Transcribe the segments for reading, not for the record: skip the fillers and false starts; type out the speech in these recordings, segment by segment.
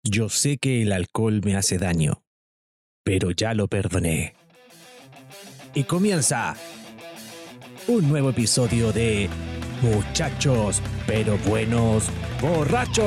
Yo sé que el alcohol me hace daño, pero ya lo perdoné. Y comienza un nuevo episodio de Muchachos, pero buenos borrachos.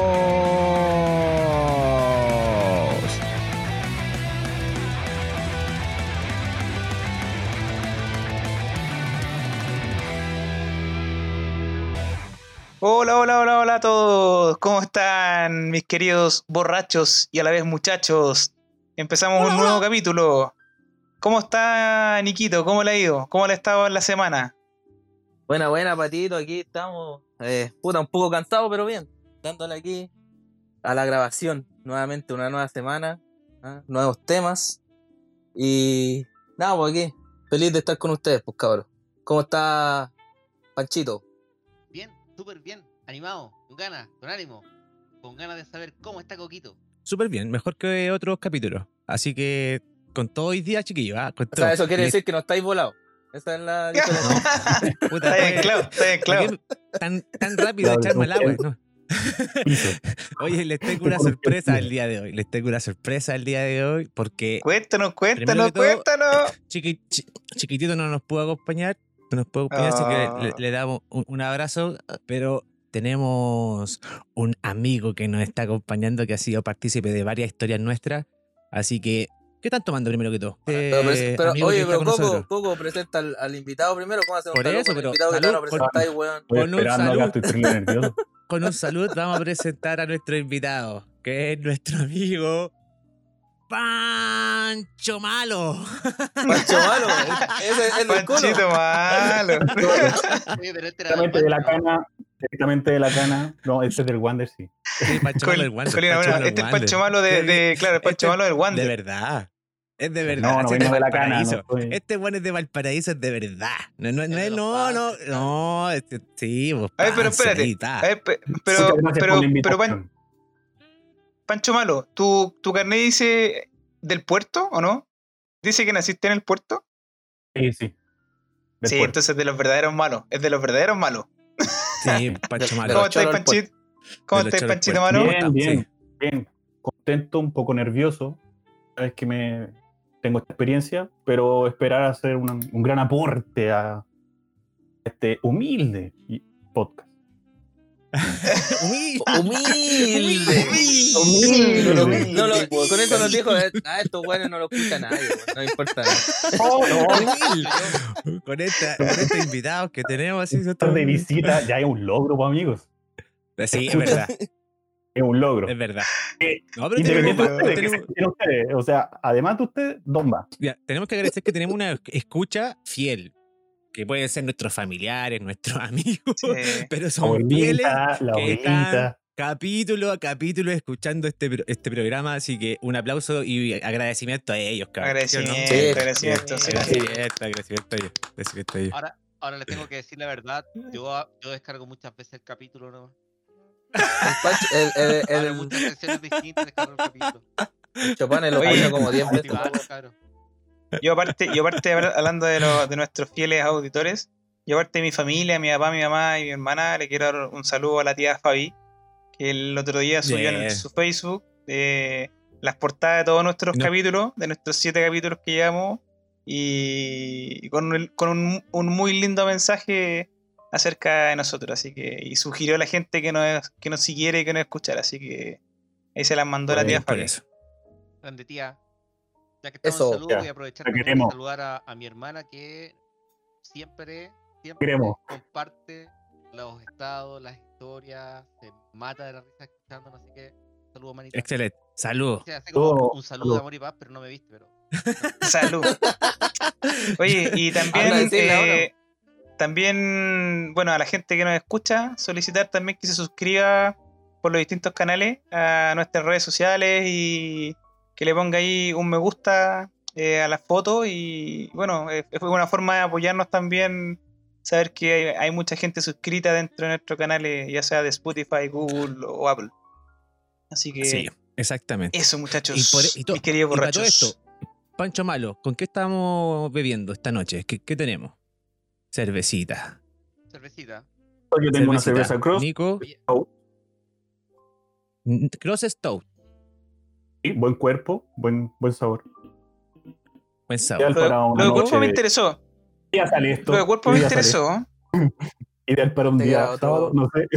Hola a todos. ¿Cómo están mis queridos borrachos y a la vez muchachos? Empezamos un nuevo capítulo. ¿Cómo está Niquito? ¿Cómo le ha ido? ¿Cómo le ha estado en la semana? Buena, Patito, aquí estamos. Un poco cansado, pero bien. Dándole aquí a la grabación. Nuevamente una nueva semana, nuevos temas. Y nada, pues aquí. Feliz de estar con ustedes, pues cabros. ¿Cómo está Panchito? Bien, súper bien, animado, con ganas, con ánimo, con ganas de saber cómo está Coquito. Súper bien, mejor que otros capítulos. Así que con todo hoy día, chiquillos. Con O todo. sea, eso quiere decir que no estáis volados. Esa es la diferencia. No, puta, Está bien claro. Tan rápido echarme al agua, ¿no? Oye, les tengo una sorpresa el día de hoy. Porque Cuéntanos. Chiquitito no nos pudo acompañar. Así que le damos un abrazo. Pero tenemos un amigo que nos está acompañando, que ha sido partícipe de varias historias nuestras. Así que, ¿qué están tomando primero que todo? Pero Amigo que oye, está pero con nosotros. Coco presenta al invitado primero. ¿Cómo hacemos Por un eso, saludo con el pero invitado que salud, no lo presentáis, weón? Con un esperando salud. acá, estoy nervioso. Con un salud vamos a presentar a nuestro invitado, que es nuestro amigo Pancho Malo. Pancho Malo, ese es el del Colo. Panchito Malo. Oye, pero este era Directamente de la cana. No, ese es del Wander, sí. Sí, Pancho Malo del Wander. Colina, bueno, este es Pancho Malo claro, el Pancho Malo del Wander. De verdad. Es de verdad. No es vengo de la cana. Valparaíso. No estoy... Este bueno es de Valparaíso, es de verdad. Sí, vos. A ver, pero espérate. A ver, pero Pancho Malo, ¿tu carnet dice del puerto o no? ¿Dice que naciste en el puerto? Sí. Sí, entonces es de los verdaderos malos. Es de los verdaderos malos. Sí, Pancho Malo. ¿Cómo estás, Panchito? ¿Cómo estás, Panchito Malo? Bien. Contento, un poco nervioso. Sabes que tengo esta experiencia, pero esperar hacer un gran aporte a este humilde podcast. Humilde. No, con eso nos dijo, estos güeyes no lo escucha nadie, no importa nada. Con estos invitados que tenemos, así de visita ya es un logro, pues, amigos. Sí, es verdad. Es un logro. Es verdad. No, pero tenemos... ustedes, o sea, además de ustedes, dos más. Ya, tenemos que agradecer que tenemos una escucha fiel, que pueden ser nuestros familiares, nuestros amigos, pero son fieles que están capítulo a capítulo escuchando este programa, así que un aplauso y agradecimiento a ellos, cabrón. Agradecimiento. Ahora les tengo que decir la verdad, yo descargo muchas veces el capítulo, ¿no? Muchas sesiones distintas descargo el capítulo. Chopin lo pone como 10 veces. Yo aparte hablando de nuestros fieles auditores, yo aparte de mi familia, mi papá, mi mamá y mi hermana, le quiero dar un saludo a la tía Fabi, que el otro día subió en su Facebook las portadas de todos nuestros capítulos, de nuestros 7 capítulos que llevamos, y con un muy lindo mensaje acerca de nosotros, así que, y sugirió a la gente que nos siguiera y que nos escuchara, así que ahí se las mandó la tía Fabi. Grande tía. Ya que estamos en salud, voy a aprovechar para saludar a mi hermana que siempre comparte los estados, las historias, se mata de la risa escuchándonos, así que saludos, manita. Excelente, saludos. O sea, hace como un saludo de amor y paz, pero no me viste, pero... Salud. Oye, y también, bueno, a la gente que nos escucha, solicitar también que se suscriba por los distintos canales a nuestras redes sociales y que le ponga ahí un me gusta a las fotos, y bueno, es una forma de apoyarnos también, saber que hay mucha gente suscrita dentro de nuestro canal, ya sea de Spotify, Google o Apple. Así que sí, exactamente. Eso, muchachos, mis queridos borrachos. Y para todo esto, Pancho Malo, ¿con qué estamos bebiendo esta noche? ¿Qué tenemos? Cervecita. Yo tengo una cerveza Cross. Nico. Cross Stout. Sí, buen cuerpo, buen sabor. Buen sabor. Lo de cuerpo me interesó. Ya sale esto. Lo de cuerpo me interesó. Ideal para un día sábado, no sé.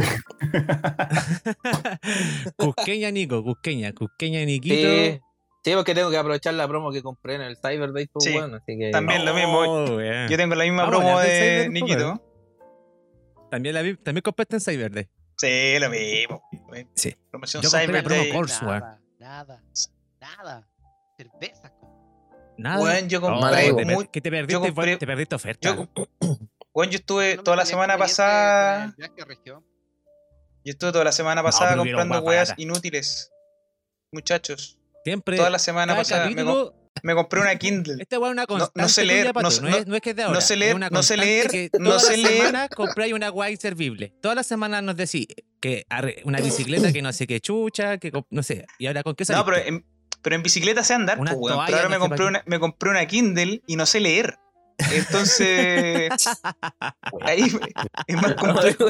Cusqueña, Nico, Cusqueña, Niquito. Sí, porque tengo que aprovechar la promo que compré en el Cyber Day, pues, sí, bueno, así que... también lo mismo. Yo tengo la misma promo de Niquito. También compraste en Cyber Day. Sí, lo mismo. Sí. Promoción yo Cyber compré Day. Nada. Cerveza. Nada. Bueno, yo compré. Que te perdiste oferta. Bueno, yo estuve toda la semana pasada. Yo estuve toda la semana pasada comprando weas inútiles. Muchachos. Siempre. Toda la semana pasada me compré una Kindle. Esta wea es una constante. No sé leer. No es que es de ahora. No sé leer. No sé leer. Todas las semanas compráis una wea inservible. Todas las semanas nos decís que una bicicleta que no sé qué chucha, que no sé. ¿Y ahora con qué saliste? No, pero en bicicleta sé andar, pues, weón. Pero ahora me compré una Kindle y no sé leer. Entonces, ahí es más complejo.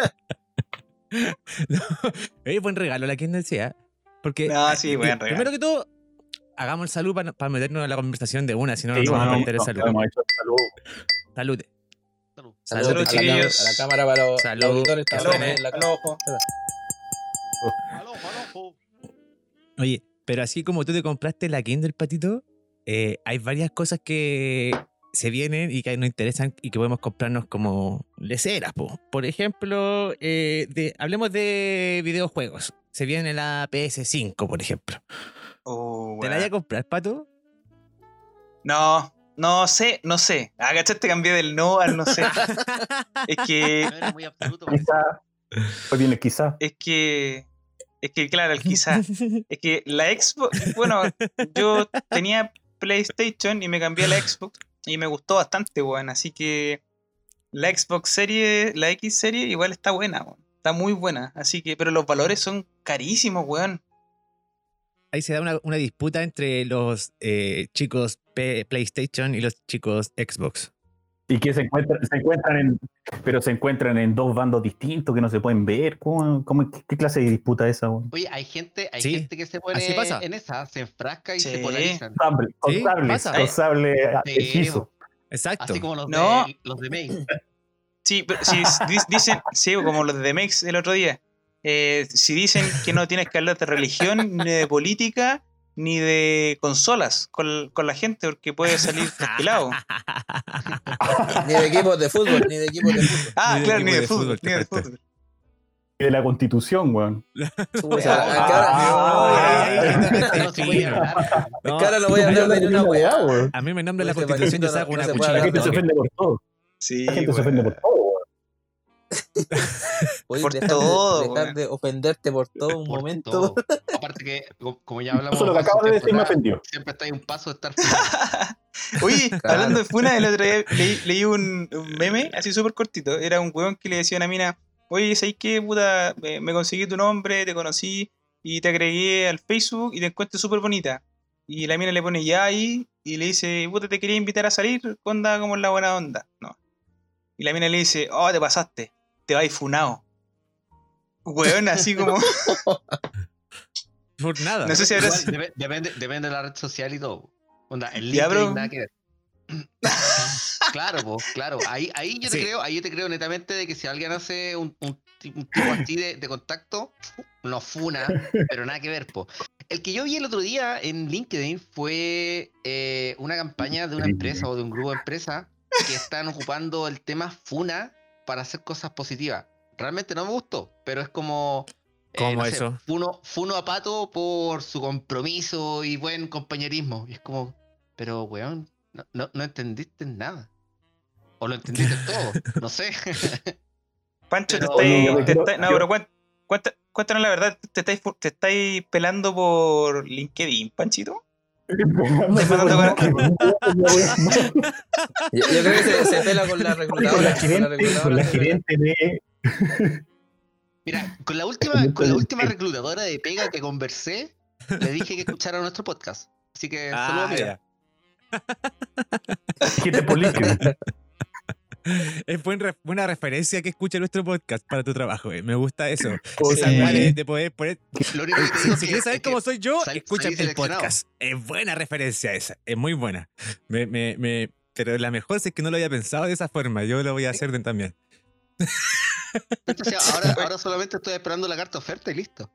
Es buen regalo la Kindle sea. Porque, sí, buen regalo. Primero que todo, hagamos el salud para meternos en la conversación de una, si no nos vamos a meter el salud. Salud. Salud, chiquillos. A la cámara para los auditores. Al ojo. Oye, pero así como tú te compraste la Kindle, Patito, hay varias cosas que se vienen y que nos interesan y que podemos comprarnos como leceras, po. Por ejemplo, hablemos de videojuegos. Se viene la PS5, por ejemplo. ¿Te la vas a comprar, Pato? No sé. ¿Cachaste? Cambié del no al no sé. Es que... No era muy absoluto. Quizá. Hoy viene quizá. Es que claro, el quizá. Es que la Xbox... Bueno, yo tenía PlayStation y me cambié a la Xbox y me gustó bastante, weón. Así que la Xbox Series, la X Series igual está buena, weón. Está muy buena. Así que... Pero los valores son carísimos, weón. Ahí se da una disputa entre los chicos PlayStation y los chicos Xbox. Y que se encuentran en dos bandos distintos que no se pueden ver. ¿Qué clase de disputa es esa? Oye, hay gente que se pone en esa, se enfrasca y se polarizan. Con sable hechizo. Exacto. Así como los de May. Sí, pero si dicen, sí, como los de The Makes el otro día. Si dicen que no tienes que hablar de religión, ni de política, ni de consolas con la gente, porque puede salir trasquilado. Ni de equipos de fútbol. Claro, ni de fútbol. Y de la Constitución, weón. Ahora no voy a hablar de una weá, weón. A mí me nombra la Constitución y yo saco una cuchilla. La gente se ofende por todo. Sí, la gente se ofende por todo. Oye, por todo. Dejar de ofenderte por todo un momento. Todo. Aparte que, como ya hablamos... Eso lo que acabo de decir me ofendió. Siempre está ahí un paso de estar... Oye, hablando de funa, el otro día leí un meme así súper cortito. Era un weón que le decía a una mina: oye, ¿sabes qué, puta? Me conseguí tu nombre, te conocí y te agregué al Facebook y te encuentro súper bonita. Y la mina le pone ya ahí y le dice: puta, te quería invitar a salir, onda como en la buena onda. No. Y la mina le dice: oh, te pasaste, te vais funado. Weón, así como... Por nada. No sé si habrá... Depende de la red social y todo. Onda, el ya, link nada que ver. Claro. Ahí yo te creo netamente de que si alguien hace un tipo así de contacto, no funa, pero nada que ver, po. El que yo vi el otro día en LinkedIn fue una campaña de una empresa o de un grupo de empresas que están ocupando el tema funa para hacer cosas positivas. Realmente no me gustó, pero es como... ¿Cómo no eso? Sé, funo a Pato por su compromiso y buen compañerismo. Y es como, pero weón, no entendiste nada. O lo entendiste todo, no sé. Pancho, pero, cuéntanos la verdad, ¿te estáis pelando por LinkedIn, Panchito? Yo creo que se pela con la reclutadora. Con la gerente de... Mira, con la última reclutadora de pega que conversé, le dije que escuchara nuestro podcast. Así que saludos, mira. Gente por LinkedIn. Es buena referencia que escuche nuestro podcast para tu trabajo. Me gusta eso. Esa de poder poner. Si quieres saber cómo soy yo, escucha el podcast. Es buena referencia esa. Es muy buena. Pero la mejor es que no lo había pensado de esa forma. Yo lo voy a hacer también. Entonces, ahora solamente estoy esperando la carta oferta y listo.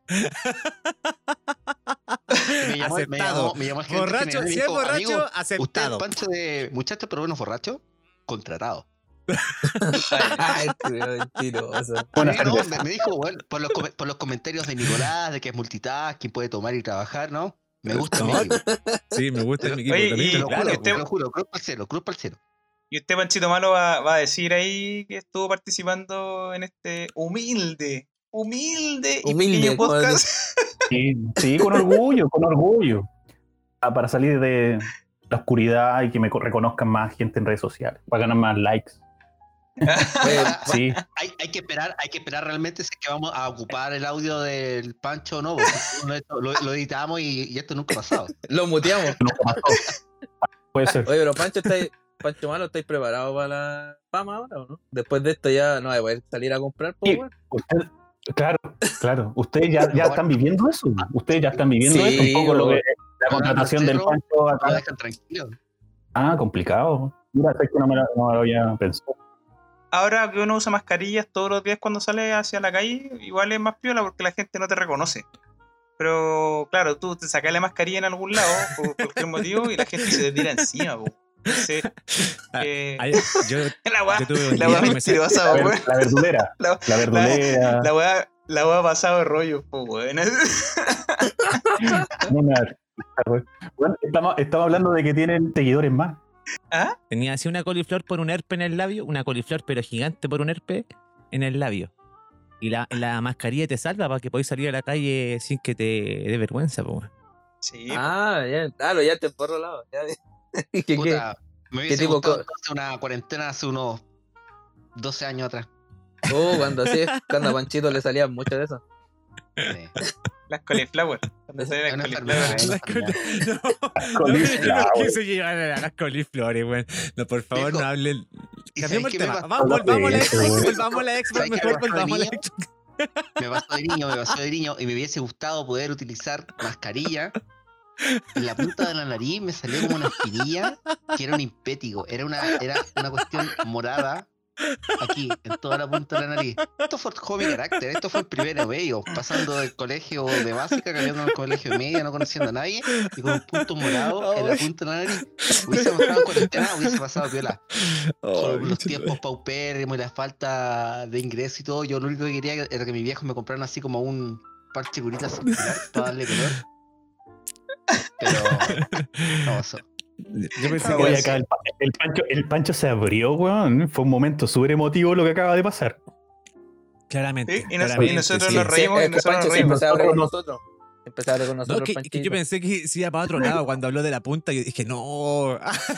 Aceptado. Me llamó borracho, si es borracho, aceptado. Usted es Pancho de muchacho, pero bueno, borracho, contratado. Ay, mentiroso. Me dijo, bueno, por los comentarios de Nicolás, de que es multitasking, puede tomar y trabajar, ¿no? Me gusta mi equipo. Sí, me gusta mi equipo. Te lo juro, cruz para el cielo. Y usted, Panchito Malo, va a decir ahí que estuvo participando en este humilde y pequeño podcast. Sí, con orgullo. Para salir de la oscuridad y que me reconozcan más gente en redes sociales, para ganar más likes. Sí. Hay que esperar realmente si es que vamos a ocupar el audio del Pancho o no, lo editamos y esto nunca ha pasado. Lo muteamos. Nunca pasó. Puede ser. Oye, pero Pancho Malo, ¿estáis preparados para la fama ahora o no? Después de esto ya no hay que poder salir a comprar, sí, claro. Ustedes ya están viviendo eso. Ustedes ya están viviendo eso. Un poco lo que la contratación del Pancho acá. Dejan tranquilo. Complicado. Mira, es que no me lo había pensado. Ahora que uno usa mascarillas todos los días cuando sale hacia la calle, igual es más piola porque la gente no te reconoce. Pero claro, tú te sacas la mascarilla en algún lado por cualquier motivo y la gente se te tira encima, po. Entonces, la hueá mentirosa, weón. La verdulera. La hueá pasado de rollo, po, weón. Bueno, estamos hablando de que tienen seguidores más. ¿Ah? Tenía así una coliflor por un herpe en el labio, una coliflor pero gigante por un herpe en el labio. Y la mascarilla te salva para que podáis salir a la calle sin que te dé vergüenza, po. Sí. Ya. Claro, ya te porro lado. Puta, me hubiese gustado hacer una cuarentena hace unos 12 años atrás. Cuando a Panchito le salían mucho de eso. Sí. Las cauliflower. Cuando salían las cauliflower. No quise llevar a las cauliflores, güey. No, por favor, no hablen. Cambiemos el tema. Volvamos a la Xbox. Mejor volvamos a la Xbox. Me pasó de niño y me hubiese gustado poder utilizar mascarilla. En la punta de la nariz me salió como una espinilla que era un impétigo. Era una cuestión morada aquí, en toda la punta de la nariz. Esto forjó mi carácter. Esto fue el primero medio, pasando del colegio de básica, cambiando al colegio de media, no conociendo a nadie, y con un punto morado en la punta de la nariz. Hubiese pasado en cuarentena, hubiese pasado piola. Con los tiempos paupérrimos y la falta de ingreso y todo, yo lo único que quería era que mis viejos me compraran así como un parche curita circular para darle color. Pero no pasó. Yo pensé que acá el Pancho se abrió, weón. Fue un momento súper emotivo lo que acaba de pasar. Claramente. Sí, y nosotros nos reímos. Empezaba con nosotros. Que yo pensé que se iba para otro lado cuando habló de la punta. Yo dije, no.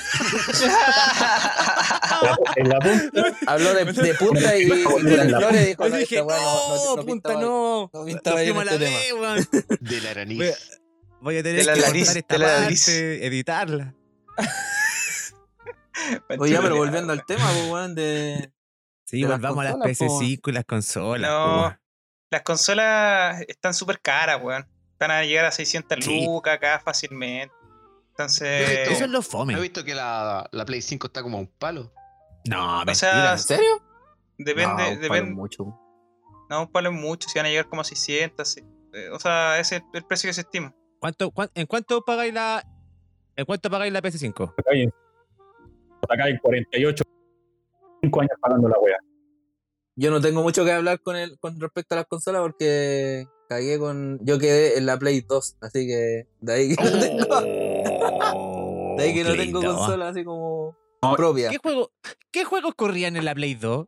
En la punta. Habló de punta y de las flores. Dijo, yo dije, no, punta no. No pintaba bien este tema. De la nariz. Voy a tener que cortar esta parte, editarla. Oye, pero volviendo al tema, pues, weón, Sí, volvamos a las PS5 y las consolas. No, las consolas están súper caras, weón. Van a llegar a 600 lucas acá fácilmente. Entonces... Eso es lo fome. ¿He visto que la Play 5 está como a un palo? No, mentira. O sea, ¿en serio? Depende. Mucho. No, un palo es mucho. Si van a llegar como a 600. O sea, ese es el precio que se estima. ¿En cuánto pagáis la PS5? Acá hay 48. 5 años pagando la wea. Yo no tengo mucho que hablar con respecto a las consolas porque yo quedé en la Play 2, así que de ahí que no tengo consola así como propia. ¿Qué juegos corrían en la Play 2?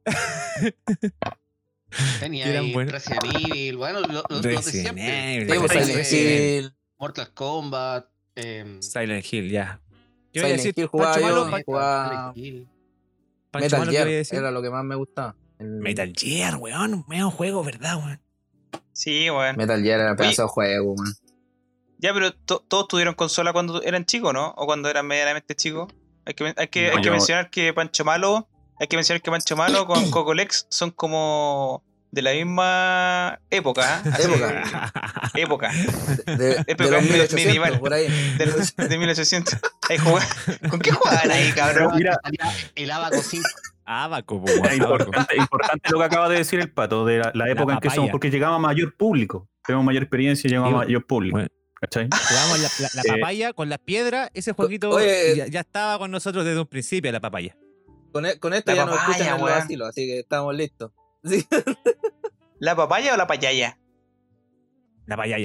Tenía ahí Resident Evil, bueno, lo de siempre. Mortal Kombat, Silent Hill, ya. Yo voy a decir, jugaba Metal Gear, era lo que más me gustaba. Metal Gear, weón, medio juego, ¿verdad, weón? Sí, weón. Metal Gear era pedazo de juego, weón. Ya, pero todos tuvieron consola cuando eran chicos, ¿no? O cuando eran medianamente chicos. Hay que mencionar que Pancho Malo hay que mencionar que Pancho Malo con Coco Lex son como de la misma época. Época. De los 1800, medieval, por ahí. De 1800. ¿Con qué jugaban ahí, cabrón? Mira, el Abaco 5. Abaco, importante lo que acaba de decir el Pato, de la época en que somos, porque llegamos a mayor público. Tenemos mayor experiencia y llegamos a mayor público. Bueno. ¿Cachai? Jugamos la papaya con las piedras. Ese jueguito ya estaba con nosotros desde un principio, la papaya. Con esto ya nos escuchan en los asilos, así que estamos listos. ¿Sí? ¿La papaya o la payaya? La payaya.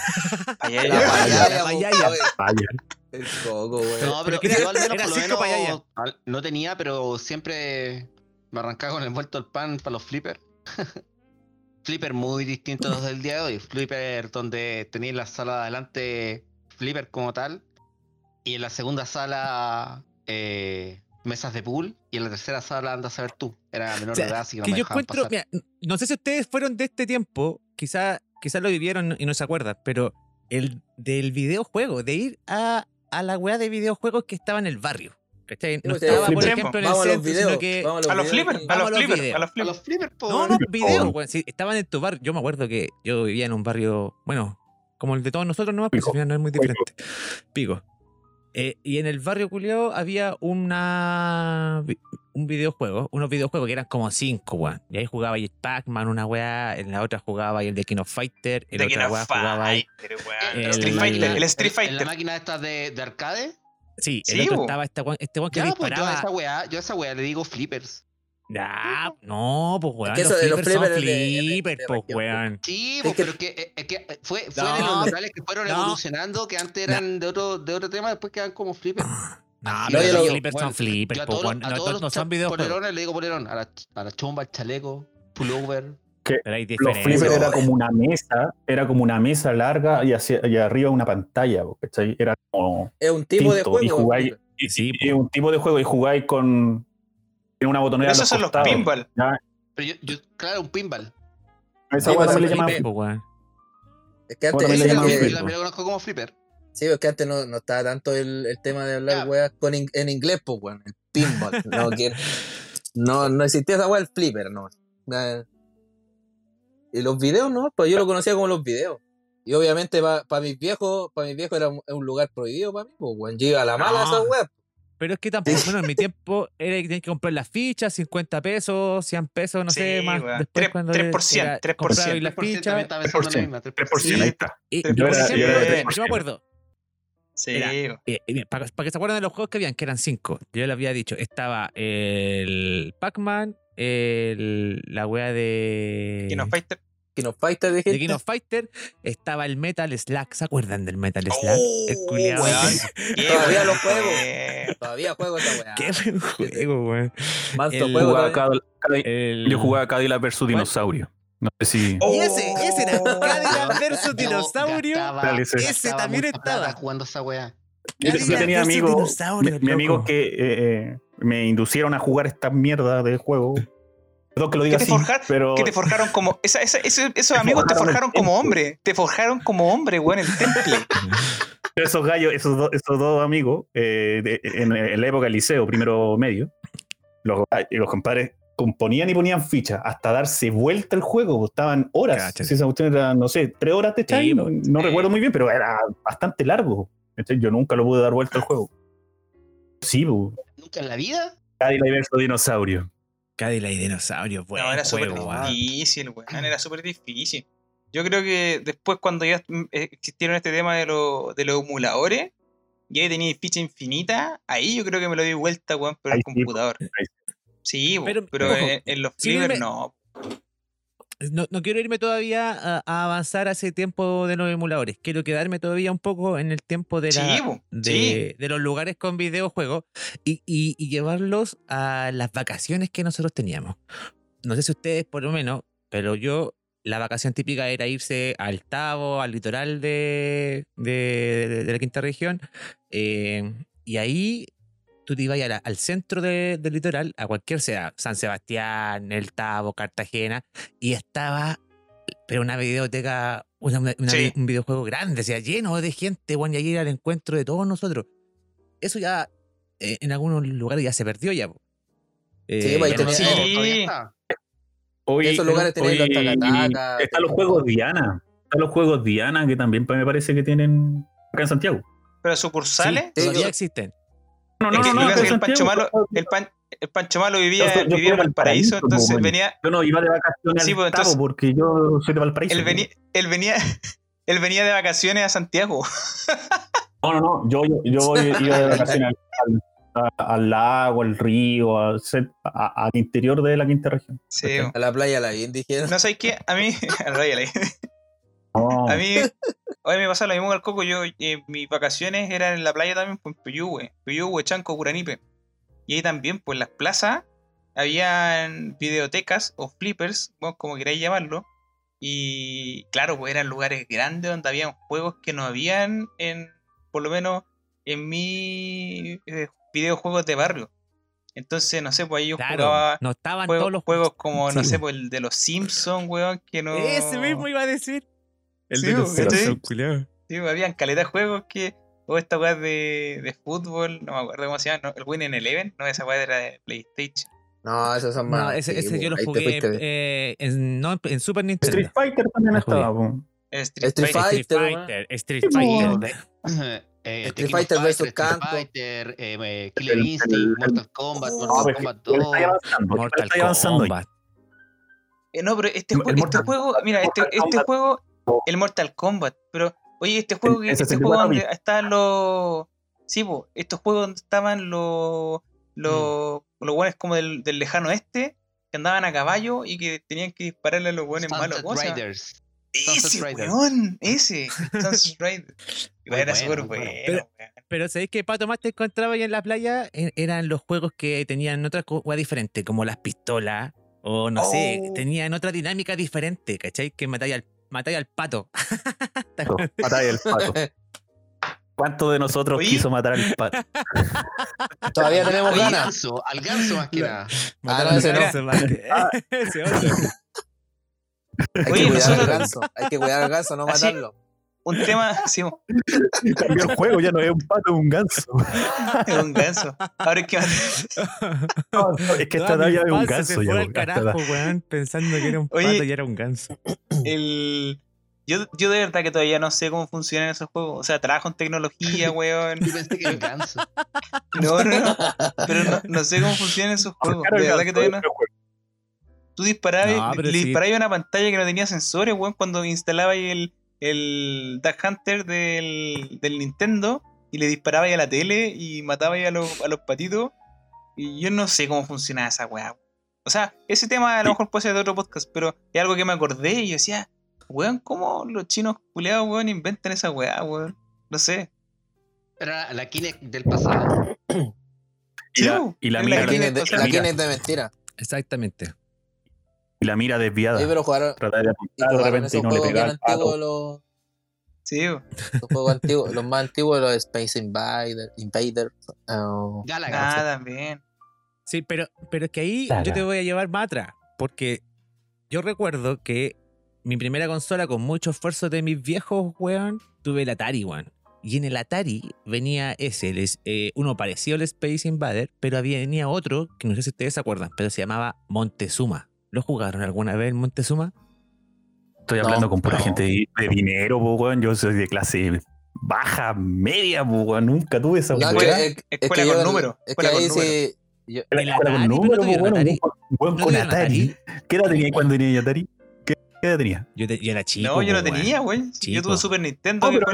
La payaya. El coco, güey. No, pero yo al menos por lo menos no tenía, pero siempre me arrancaba con el envuelto del pan para los flippers. Flipper muy distintos a los del día de hoy. Flipper donde tenéis la sala de adelante, flipper como tal, y en la segunda sala mesas de pool, y en la tercera sala andas a ver tú. Era menor de edad, así que no me dejaban pasar. Mira, no sé si ustedes fueron de este tiempo, quizás lo vivieron y no se acuerdan, pero el del videojuego, de ir a la weá de videojuegos que estaba en el barrio. ¿Cachai? No estaba, por ejemplo, en el centro, sino que... A los flippers. No, videos, weón. Sí, estaban en tu barrio. Yo me acuerdo que yo vivía en un barrio, bueno, como el de todos nosotros, no, pero al final no es muy diferente. Pico. Y en el barrio culiao había unos videojuegos que eran como 5, weón. Y ahí jugaba el Pac-Man, una weá, en la otra jugaba el de King of Fighter, en la otra weá jugaba el Street Fighter. ¿En la máquina estas de arcade? Sí, el otro estaba este weón que disparaba. Yo a esa weá le digo flippers. Ya, no, pues weón, los flippers son flippers, pues weón. Sí, pues, pero que fue de los locales que fueron evolucionando, que antes eran de otro tema, después quedan como flippers. No, pero los flippers son flippers, pues weón, no son videojuegos. Polerones le digo polerón, a la chomba, al chaleco, pullover. Los flippers era como una mesa larga y arriba una pantalla, ¿cachai? Era como es un tipo de juego. Y jugáis, es un tipo de juego y jugáis con una botonera. Esos son los pinball. Pero yo, claro, un pinball. Esa hueá también le llaman. Es que antes yo lo conozco como flipper. Sí, es que antes no estaba tanto el tema de hablar weas en inglés, pues weón. El pinball. No existía esa wea el flipper, no. Y los videos, ¿no? Pues yo lo conocía como los videos. Y obviamente para mis viejos era un lugar prohibido para mí, pues, weón. Yo iba a la mala a esa web. Pero es que tampoco, bueno, en mi tiempo era que tenías que comprar las fichas, 50 pesos, 100 pesos, no sé, más. Después 3%. Las fichas. 3%, ahí está. Yo me acuerdo. Sí. Para que se acuerden de los juegos que habían, que eran 5. Yo les había dicho, estaba el Pac-Man, la wea de King of Fighter. De King of Fighter, estaba el Metal Slug. ¿Se acuerdan del Metal Slug? El culiado. Todavía lo juego. Todavía juego esa weá. Qué buen juego, weón. Yo jugaba Cadillac vs Dinosaurio. No sé si. Y ese era Cadillac vs Dinosaurio. Ese también estaba jugando esa weá. Yo tenía amigos, mi amigo que me inducieron a jugar esta mierda de juego. Perdón que lo diga así, pero... Que te forjaron como... Esos amigos te forjaron como hombre. Te forjaron como hombre, weón, en el temple. Esos gallos, esos dos amigos, en la época del liceo, primero medio, los compadres componían y ponían fichas hasta darse vuelta el juego. Estaban horas. Si esa cuestión era, no sé, 3 horas de time, no recuerdo muy bien, pero era bastante largo. Yo nunca lo pude dar vuelta al juego. Sí, ¿Nunca en la vida? Cadillac vs Dinosaurio. Cadillac y Dinosaurio, bueno. No, era súper difícil, weón. Era súper difícil. Yo creo que después, cuando ya existieron este tema de los emuladores, y ahí tenía ficha infinita, ahí yo creo que me lo di vuelta, weón, pero en el computador. Sí, pero en los flippers no. No quiero irme todavía a avanzar a ese tiempo de los emuladores. Quiero quedarme todavía un poco en el tiempo de los lugares con videojuegos y llevarlos a las vacaciones que nosotros teníamos. No sé si ustedes, por lo menos, pero yo, la vacación típica era irse al Tabo, al litoral de la quinta región, y ahí tú te ibas al centro del litoral, a cualquier ciudad, San Sebastián, El Tabo, Cartagena, y estaba, pero una videoteca, un videojuego grande, o sea, lleno de gente, bueno, y allí era el encuentro de todos nosotros. Eso ya, en algunos lugares ya se perdió ya. Sí, ahí tenía. Hoy, esos lugares tienen los Tacataca. Están los juegos Diana. Están los juegos Diana que también me parece que tienen acá en Santiago. ¿Pero sucursales? Sí, todavía existen. No, el Pancho Malo vivía en Valparaíso, entonces venía. Yo no iba de vacaciones al Cabo porque yo soy de Valparaíso. Él venía de vacaciones a Santiago. No. Yo iba de vacaciones al lago, al río, al interior de la quinta región. Sí. A la playa la dijeron. No sé qué, a mí. A mí, hoy me pasa lo mismo que al Coco. Yo, mis vacaciones eran en la playa también, pues, en Puyehue, Chanco, Curanipe. Y ahí también, pues en las plazas, habían videotecas o flippers, bueno, como queráis llamarlo. Y claro, pues eran lugares grandes donde habían juegos que no habían por lo menos en mi videojuegos de barrio. Entonces, no sé, pues ahí yo jugaba no estaban todos los juegos como, no sé, pues el de los Simpsons, weón, que no... Ese mismo iba a decir. El sí, de los Simpsons, culiao. Sí, habían caleta de juegos que... O esta weá de fútbol, no me acuerdo cómo se llama, el Winning Eleven, no, esa weá era de PlayStation. No, esos son más. No, ese yo lo jugué en Super Nintendo. Street Fighter también estaba. Street Fighter. Street Fighter vs. Kanto. Killer Instinct, Mortal Kombat, Mortal Kombat 2. Mortal Kombat. No, pero este juego, mira, este juego, el Mortal Kombat, pero oye, este juego donde estaban los... Sí, po, estos juegos donde estaban los buenos como del lejano oeste, que andaban a caballo y que tenían que dispararle a los buenos malos. Riders. Ese, weón, ese. Sunset Riders. Era súper bueno. Pero ¿sabéis qué Pato más te encontraba ahí en la playa? Eran los juegos que tenían otra cosa diferente, como las pistolas, o no sé, tenían otra dinámica diferente, ¿cachai? Que matáis al pato. Matáis al pato. ¿Cuánto de nosotros quiso matar al pato? Todavía tenemos ganas. Al ganso más que nada. Ese otro. Hay que cuidar al ganso, no matarlo. Un tema, sí. Cambió el juego, ya no es un pato, es un ganso. Es un ganso. Ahora es que es que esta talla es un ganso. Se fue al carajo, weón, pensando que era un pato y era un ganso. Yo de verdad que todavía no sé cómo funcionan esos juegos. O sea, trabajo en tecnología, weón. Yo pensé que era un ganso. No. Pero no sé cómo funcionan esos juegos. De verdad que todavía no. Tú disparabas, le disparabas a una pantalla que no tenía sensores, weón, cuando instalabas el Duck Hunter del Nintendo y le disparabas a la tele y matabas a los patitos. Y yo no sé cómo funcionaba esa weá. O sea, ese tema a lo mejor puede ser de otro podcast, pero es algo que me acordé y yo decía, weón, ¿cómo los chinos culeados, weón, inventan esa weá, weón? No sé. Era la Kinect del pasado. Y la mira de mentira. Exactamente. Y la mira desviada. Sí, pero jugaron. Tratar de apuntar de repente y no le pegar al pato. Sí, los juegos antiguos, los más antiguos, los Space Invader. Galaga. También. Sí, pero es que ahí yo te voy a llevar más atrás, porque yo recuerdo que mi primera consola, con mucho esfuerzo de mis viejos, weón, tuve el Atari, weón. Y en el Atari venía uno parecido al Space Invader, pero venía otro, que no sé si ustedes se acuerdan, pero se llamaba Montezuma. ¿Lo jugaron alguna vez en Montezuma? Estoy hablando con pura gente de dinero, weón. Yo soy de clase baja, media, weón. Nunca tuve esa weón. Escuela con número. Es que ahí sí. Escuela con número, weón. Con Atari. ¿Qué edad tenía cuando tenía Atari? ¿Qué edad tenía? Yo era chico. No, yo no tenía, weón. Yo tuve Super Nintendo. El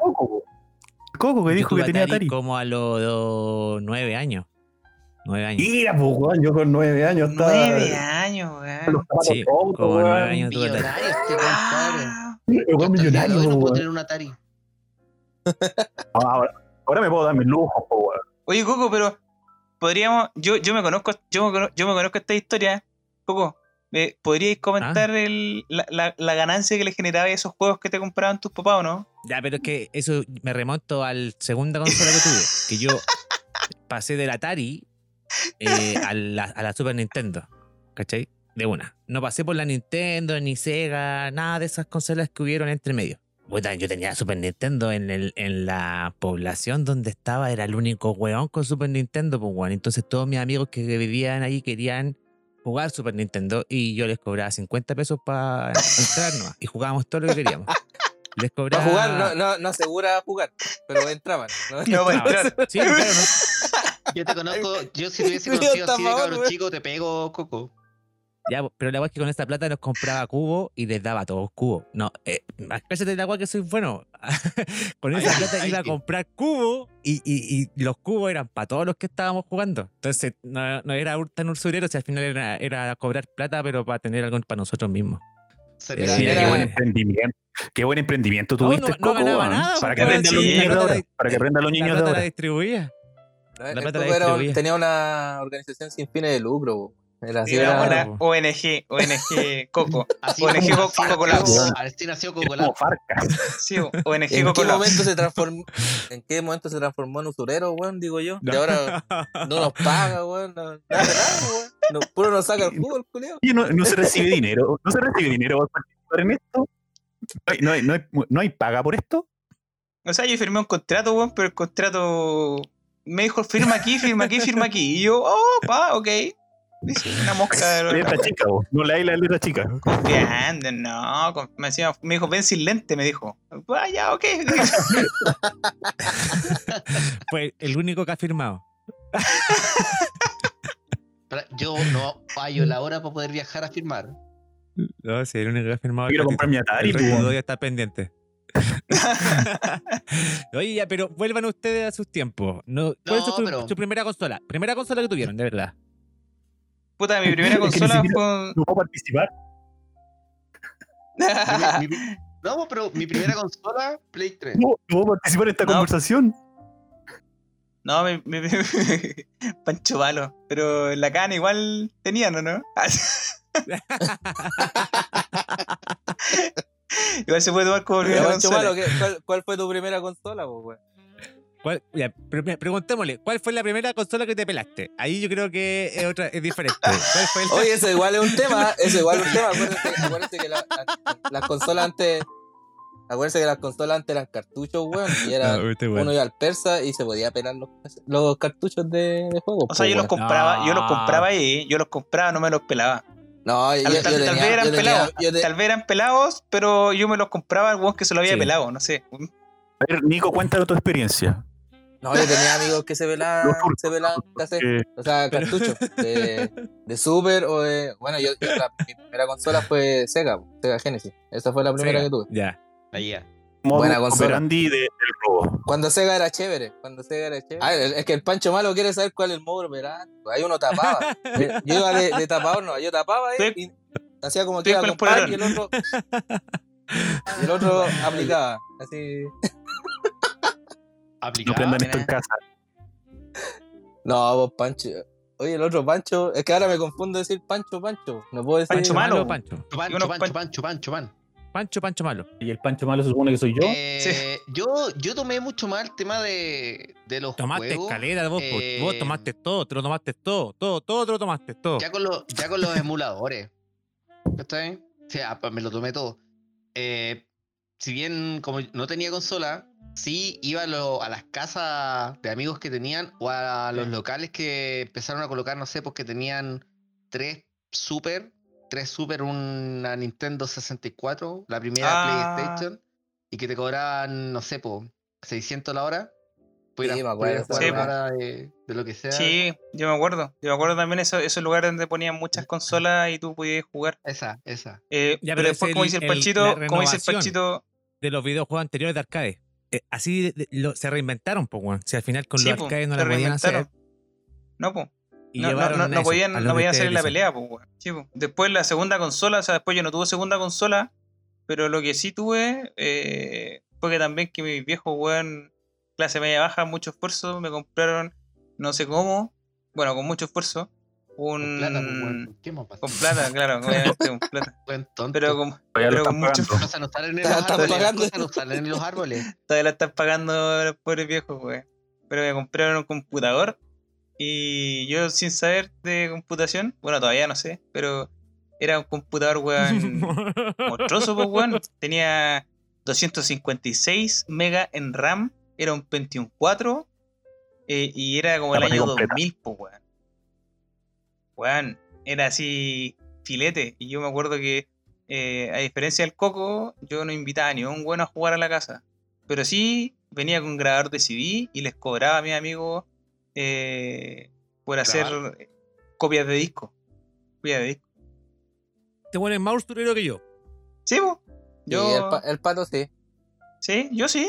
Coco que dijo que tenía Atari. Como a los 9 años. 9 años. Mira, pues, weón, yo con 9 años estaba. 9 años, weón. Sí, como 9 años tuve Atari. Este compadre. Weón, millonario, no puedo weón. tener un Atari. Ahora me puedo dar mis lujos, weón. Oye, Coco, pero podríamos. Yo me conozco esta historia. Coco, ¿podríais comentar la ganancia que le generaba a esos juegos que te compraban tus papás o no? Ya, pero es que eso me remonto a la segunda consola que tuve. Que yo pasé del Atari a la Super Nintendo, ¿cachai? De una. No pasé por la Nintendo, ni Sega, nada de esas consolas que hubieron entre medio. Puta, yo tenía Super Nintendo en la población donde estaba, era el único weón con Super Nintendo, pues weón. Entonces todos mis amigos que vivían ahí querían jugar Super Nintendo y yo les cobraba 50 pesos para entrar nomás y jugábamos todo lo que queríamos. Les cobraba... Para jugar, no asegura jugar, pero entraban. No va a entrar. Sí, claro, ¿no? Yo te conozco, yo si te hubiese conocido así de cabrón chico, te pego, Coco. Ya, pero la weá es que con esta plata nos compraba cubos y les daba todos cubos. No, cállate de la weá que soy bueno. Con esa plata iba a comprar cubos y los cubos eran para todos los que estábamos jugando. Entonces no era tan usurero, si al final era cobrar plata, pero para tener algo para nosotros mismos. Qué buen emprendimiento. Qué buen emprendimiento tuviste, no ganaba nada. Para que aprendan los niños de ahora. Para que aprendan los niños de ahora. La plata la distribuía. Tenía una organización sin fines de lucro. Era una ONG Coco. ONG Coco Labs. Así nació Coco Labs. Sí, ONG Coco Labs. ¿En qué momento se transformó en usurero, weón? Digo yo. Y ahora no nos paga, weón. No hace nada, weón. Puro nos saca el jugo, el culiao. Y no se recibe dinero. No se recibe dinero por participar en esto. ¿No hay paga por esto? O sea, yo firmé un contrato, weón, pero el contrato me dijo firma aquí, firma aquí, firma aquí. Y yo, ok. Una mosca de letra chica, vos. No leí la letra chica. Confiando, no. Me dijo, ven sin lente, me dijo. Vaya, ok. Pues el único que ha firmado. Yo no fallo la hora para poder viajar a firmar. No, sí, el único que ha firmado. Quiero comprar mi Atari, el resto ya está pendiente. Oye, ya, pero vuelvan ustedes a sus tiempos. ¿Cuál es su primera consola? Primera consola que tuvieron, de verdad. Puta, mi primera consola fue... ¿No puedo participar? No, pero mi primera consola, Play 3. No puedo participar en esta conversación. No, Pancho Malo. Pero en la cana igual tenían, ¿no? Igual se puede tomar como primera consola. ¿Cuál fue tu primera consola, güey? Preguntémosle, ¿cuál fue la primera consola que te pelaste? Ahí yo creo que es diferente. Oye, eso igual es un tema. Acuérdense que las consolas antes... Acuérdense que las consolas antes eran cartuchos, weón. Y uno iba al persa y se podía pelar los cartuchos de juego. O sea, yo los compraba ahí. Yo los compraba, no me los pelaba. No, tal vez eran pelados, pero yo me los compraba al weón que se lo había pelado, no sé. A ver, Nico, cuéntanos tu experiencia. No, yo tenía amigos que se pelaban o sea, cartuchos de Super o de... Bueno, mi primera consola fue Sega Genesis. Esa fue la primera que tuve. Ya. Buena consola. Del robo. Cuando Sega era chévere. Es que el Pancho Malo quiere saber cuál es el modo operante. Ahí uno tapaba. Yo iba de tapador, no. Yo tapaba y hacía como que iba a comprar y el otro aplicaba. Así. No prendan esto en casa. No, vos Pancho. Oye, el otro Pancho. Es que ahora me confundo decir Pancho. No puedo decir Pancho Malo. Pancho Malo. ¿Y el Pancho Malo se supone que soy yo? Sí. Yo tomé mucho más el tema de los tomaste juegos. Escalera, vos tomaste todo, te lo tomaste todo te lo tomaste todo. Ya con los emuladores. ¿Está bien? O sea, me lo tomé todo. Si bien como no tenía consola, sí iba a las casas de amigos que tenían o a los locales que empezaron a colocar, no sé, porque tenían 3 Super, una Nintendo 64, la primera PlayStation, y que te cobraban, no sé, 600 la hora. Sí, me acuerdo. De lo que sea. Sí, yo me acuerdo también esos lugares donde ponían muchas consolas y tú podías jugar. Esa. Pero después, como dice el Panchito, de los videojuegos anteriores de arcade. Así se reinventaron, pues, weón. Si al final con los arcades no la podían hacer. No, pues. No podían hacer la pelea, pues, weón. Sí, pues. Después la segunda consola, o sea, después yo no tuve segunda consola, pero lo que sí tuve fue que también que mis viejos, weón, clase media baja, mucho esfuerzo, me compraron, no sé cómo, bueno, con mucho esfuerzo, con plata, pues, weón. ¿Qué más pasa? Con plata, claro, obviamente, con plata. Pero con mucho esfuerzo. No salen en los árboles. Todavía la están pagando los pobres viejos, weón. Pero me compraron un computador y yo sin saber de computación, bueno, todavía no sé, pero era un computador, weón, monstruoso, pues, weón. Tenía 256 megas en RAM, era un Pentium 4 y era como el año 2000, pues, weón. Weón, era así filete. Y yo me acuerdo que, a diferencia del Coco, yo no invitaba ni a un bueno a jugar a la casa. Pero sí venía con un grabador de CD y les cobraba a mis amigos por hacer copias de disco. Te pones más turero que yo. Sí, pues. Yo... Sí, el Pato sí. Sí, yo sí.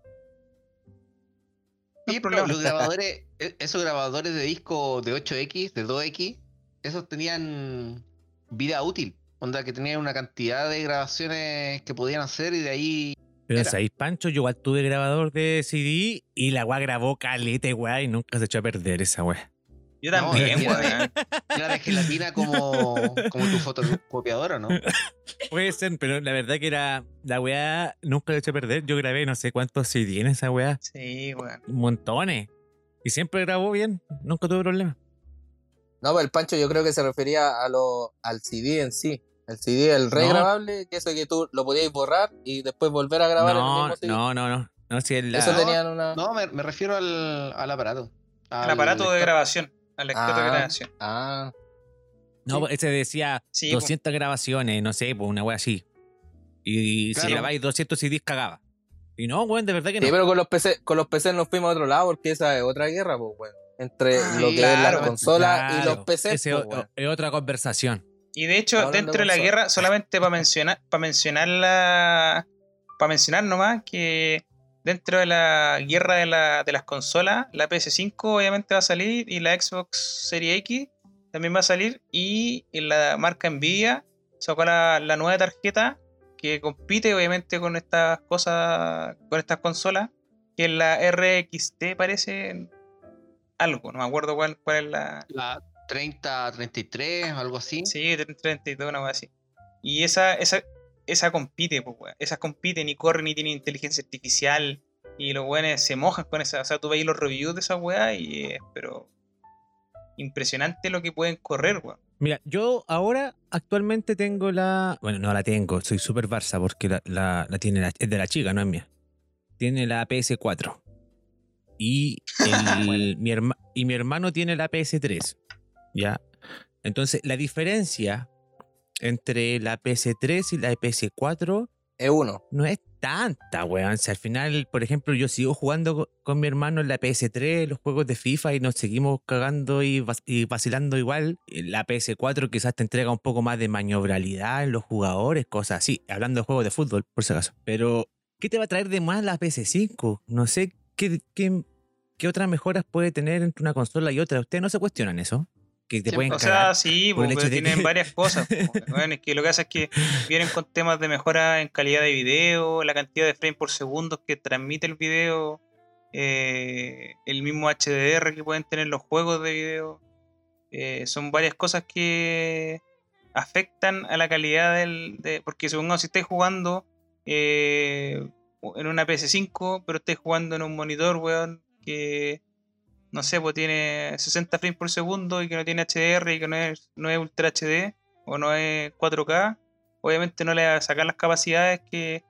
Sí, pero los grabadores, esos grabadores de disco de 8X, de 2X, esos tenían vida útil. Onda que tenían una cantidad de grabaciones que podían hacer y de ahí... Pero ¿sabéis, Pancho? Yo igual tuve grabador de CD y la weá grabó caleta, weá, y nunca se echó a perder esa weá. Yo también, weón. Era de gelatina como tu fotocopiadora, ¿no? Puede ser, pero la verdad que era la weá nunca se echó a perder. Yo grabé no sé cuántos CD en esa weá. Sí, weón. Montones. Y siempre grabó bien, nunca tuve problema. No, pero el Pancho yo creo que se refería al CD en sí. El CD, el regrabable, que eso que tú lo podías borrar y después volver a grabar en el mismo CD. No, si eso tenían una... No, me refiero al aparato. Al aparato de grabación. Al lector de grabación. No, sí. Ese decía 200 grabaciones, no sé, pues una wea así. Y claro, si grabáis 200 CDs cagaba. Y no, weón, de verdad que no. Sí, pero con los PC nos fuimos a otro lado porque esa es otra guerra, pues, weón. Entre lo que es la consola y los PC. Es otra conversación. Y de hecho, dentro de la guerra, solamente para mencionar nomás, que dentro de la guerra de las consolas, la PS5 obviamente va a salir y la Xbox Series X también va a salir, y la marca Nvidia sacó la nueva tarjeta que compite obviamente con estas cosas, con estas consolas, que es la RXT, parece algo, no me acuerdo cuál es la 3033, algo así. Sí, 3032, una cosa así. Y esa compite, pues, weón. Esas compiten y corren y tienen inteligencia artificial. Y los weones se mojan con esa. O sea, tú veis los reviews de esa weá y pero impresionante lo que pueden correr, weón. Mira, yo ahora actualmente tengo bueno, no la tengo, soy súper Barça porque la tiene es de la chica, no es mía. Tiene la PS4. Y mi hermano tiene la PS3. ¿Ya? Entonces, la diferencia entre la PS3 y la PS4 es uno. No es tanta, weón. O sea, al final, por ejemplo, yo sigo jugando con mi hermano en la PS3 los juegos de FIFA y nos seguimos cagando y vacilando igual. La PS4 quizás te entrega un poco más de maniobrabilidad en los jugadores, cosas así. Hablando de juegos de fútbol, por si acaso. Pero, ¿qué te va a traer de más la PS5? No sé qué otras mejoras puede tener entre una consola y otra. ¿Ustedes no se cuestionan eso? Que te pueden cagar. O sea, sí, pero tienen varias cosas. Bueno, es que lo que hace es que vienen con temas de mejora en calidad de video, la cantidad de frames por segundo que transmite el video, el mismo HDR que pueden tener los juegos de video. Son varias cosas que afectan a la calidad porque supongamos si estáis jugando en una PS5, pero estáis jugando en un monitor, weón, que no sé, pues tiene 60 frames por segundo y que no tiene HDR y que no es Ultra HD o no es 4K, obviamente no le va a sacar las capacidades que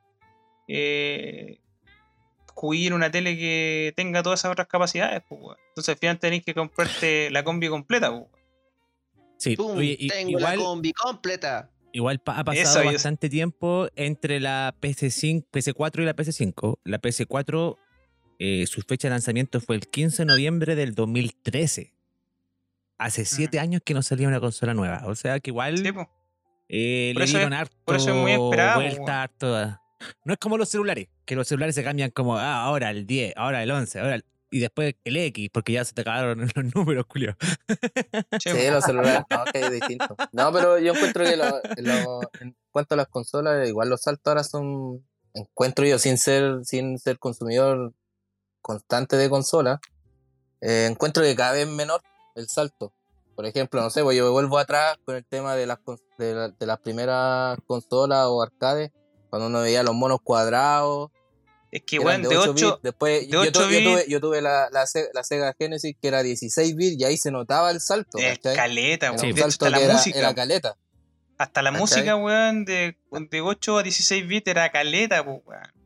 jugué en una tele que tenga todas esas otras capacidades, pues, bueno. Entonces al final tenéis que comprarte la combi completa, pues. Sí, tengo igual, la combi completa. Igual ha pasado bastante tiempo entre la PS4 y la PS5. La PS4... su fecha de lanzamiento fue el 15 de noviembre del 2013. Hace 7 años que no salía una consola nueva. O sea que igual sí, le dieron harto por eso es muy esperado, vuelta, harto. No es como los celulares, que los celulares se cambian como ahora el 10, ahora el 11, y después el X, porque ya se te acabaron los números, Julio. Sí, los celulares, no, que es distinto. No, pero yo encuentro que en cuanto a las consolas, igual los saltos ahora son, encuentro yo, sin ser consumidor constante de consola, encuentro que cada vez menor el salto. Por ejemplo, no sé, pues yo me vuelvo atrás con el tema de las primeras consolas o arcades, cuando uno veía los monos cuadrados. Es que bueno, de 8 bits. Después yo tuve la Sega Genesis, que era 16 bits, y ahí se notaba el salto. Caleta, weón. Sí, hasta la música era caleta. Hasta la música, weón, de 8 a 16 bits era caleta, weón.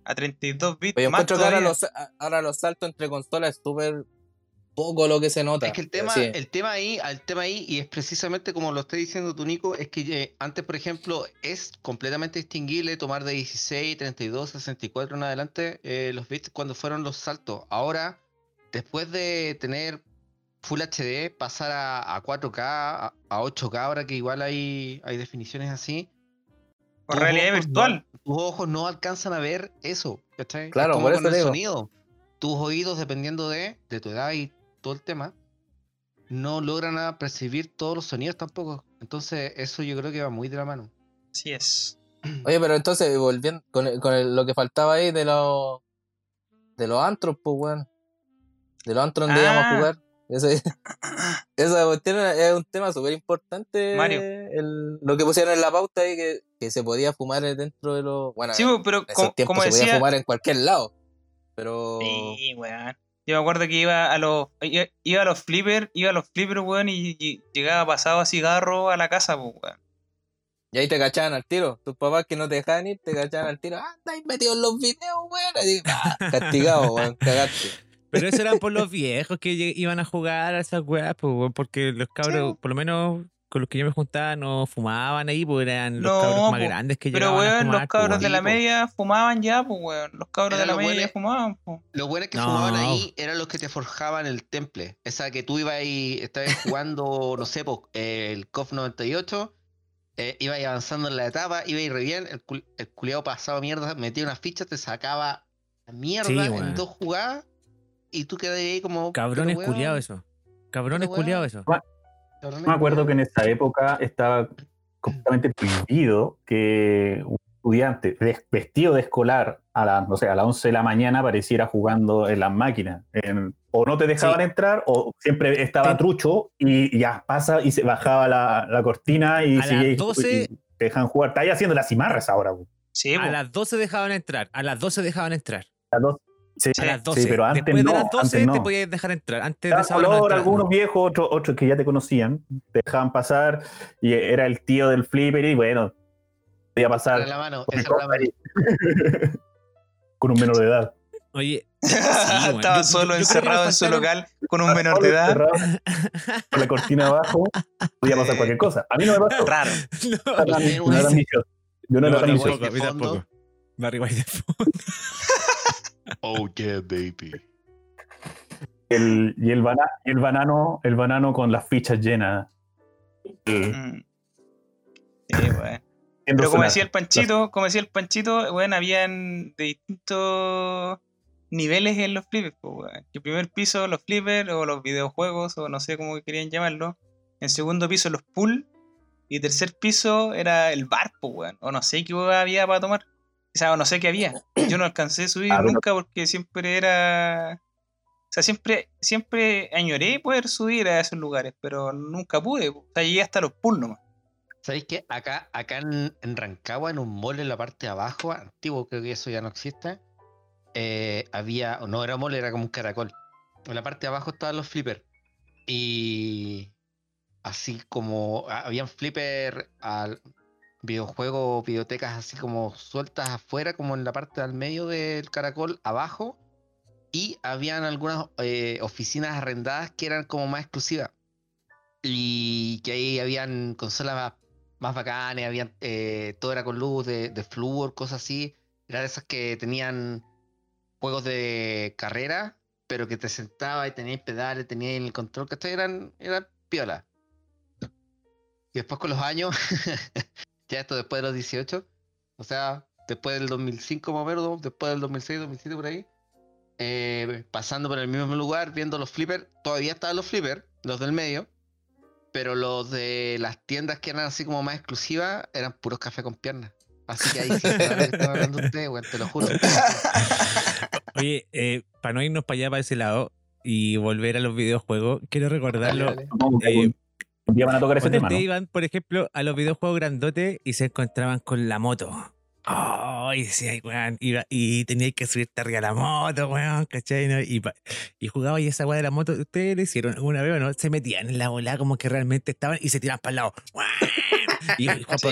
a 32 bits. Oye, encuentro que ahora los saltos entre consolas es súper poco lo que se nota. Es que el tema ahí, y es precisamente como lo está diciendo tú, Nico, es que antes, por ejemplo, es completamente distinguible tomar de 16, 32, 64 en adelante los bits cuando fueron los saltos. Ahora, después de tener Full HD, pasar a 4K, a 8K, ahora que igual hay definiciones así. Con realidad virtual. Tus ojos no alcanzan a ver eso, ¿cachai? Claro, es como por con eso el digo. sonido. Tus oídos, dependiendo de tu edad y todo el tema, no logran percibir todos los sonidos tampoco. Entonces, eso yo creo que va muy de la mano. Así es. Oye, pero entonces, volviendo con lo que faltaba ahí de los antros, pues, weón. De los antros donde íbamos a jugar. Esa cuestión es un tema súper importante. Mario. Lo que pusieron en la pauta ahí, que se podía fumar dentro de los... Bueno, sí, pero como se podía fumar en cualquier lado. Pero... Sí, weón. Yo me acuerdo que iba a los flippers, weón, y llegaba pasado a cigarro a la casa, pues, weón. Y ahí te cachaban al tiro. Tus papás que no te dejaban ir, te cachaban al tiro. Ah, estáis metidos en los videos, weón. Así, castigado, weón, cagaste. Pero eso eran por los viejos que iban a jugar a esas weas, pues, porque los cabros, sí, por lo menos con los que yo me juntaba, no fumaban ahí, porque eran los cabros más grandes que llegaban. Pero, weón, a fumar, los cabros de la media fumaban ya, pues, weón. Los cabros de la media fumaban, pues. Los buenos que fumaban ahí eran los que te forjaban el temple. Esa que tú ibas ahí, estabas jugando, no sé, el KOF 98, ibas avanzando en la etapa, ibas re bien, el culiao pasaba mierda, metía unas fichas, te sacaba la mierda en 2 jugadas. Y tú quedas ahí como... Cabrones culiados eso. Cabrones culiados eso. Me acuerdo que en esa época estaba completamente prohibido que un estudiante vestido de escolar a las 11 de la mañana apareciera jugando en las máquinas. O no te dejaban entrar, o siempre estaba trucho y ya pasa y se bajaba la cortina y las 12 y te dejan jugar. Está ahí haciendo las cimarras ahora. Sí, a las 12 dejaban entrar. A las 12 dejaban entrar. Sí, a las 12. Sí, pero antes después de las 12 no. Te podías dejar entrar. Antes de esa hora no entraba. Algunos viejos, otros que ya te conocían, te dejaban pasar y era el tío del flipper y bueno, podía pasar la mano, con un menor de edad. Oye, estaba solo encerrado en su local con un menor de edad. Con la cortina abajo, podía pasar cualquier cosa. A mí no me pasó. Raro. Yo no era ambicioso. A mí tampoco. Barry White de fondo. Oh yeah, baby. Y el banano con las fichas llenas. Sí, bueno. Pero como decía el Panchito, bueno, habían de distintos niveles en los flippers, pues, bueno. El primer piso, los flippers o los videojuegos, o no sé cómo querían llamarlo. En segundo piso, los pool. Y tercer piso era el bar, pues, bueno. O no sé qué había para tomar. O sea, no sé qué había. Yo no alcancé a subir nunca porque siempre era... O sea, siempre añoré poder subir a esos lugares, pero nunca pude. O sea, llegué hasta los pools nomás. ¿Sabéis qué? Acá en Rancagua, en un mall en la parte de abajo, antiguo, creo que eso ya no existe, había... No era mall, era como un caracol. En la parte de abajo estaban los flippers. Y... Así como... Habían flippers... videojuegos, videotecas así como sueltas afuera, como en la parte del medio del caracol, abajo, y habían algunas oficinas arrendadas que eran como más exclusivas, y que ahí habían consolas más bacanes, habían, todo era con luz de flúor, cosas así, eran esas que tenían juegos de carrera, pero que te sentabas y tenías pedales, tenías el control, que eran piola. Y después con los años... Ya esto después de los 18, o sea, después del 2005 más o menos, después del 2006, 2007 por ahí, pasando por el mismo lugar, viendo los flippers, todavía estaban los flippers, los del medio, pero los de las tiendas que eran así como más exclusivas, eran puros café con piernas. Así que ahí sí se lo que están hablando ustedes, güey, te lo juro. Oye, para no irnos para allá, para ese lado, y volver a los videojuegos, quiero recordarlo. Un día van a tocar ese tema, ¿no? Te iban, por ejemplo, a los videojuegos grandotes y se encontraban con la moto. Oh, y decía, weón, y tenías que subirte arriba a la moto, weón, ¿cachai? ¿No? Y jugaba y esa weá de la moto, ¿ustedes lo hicieron alguna vez o no? Se metían en la bola como que realmente estaban y se tiraban para el lado. Y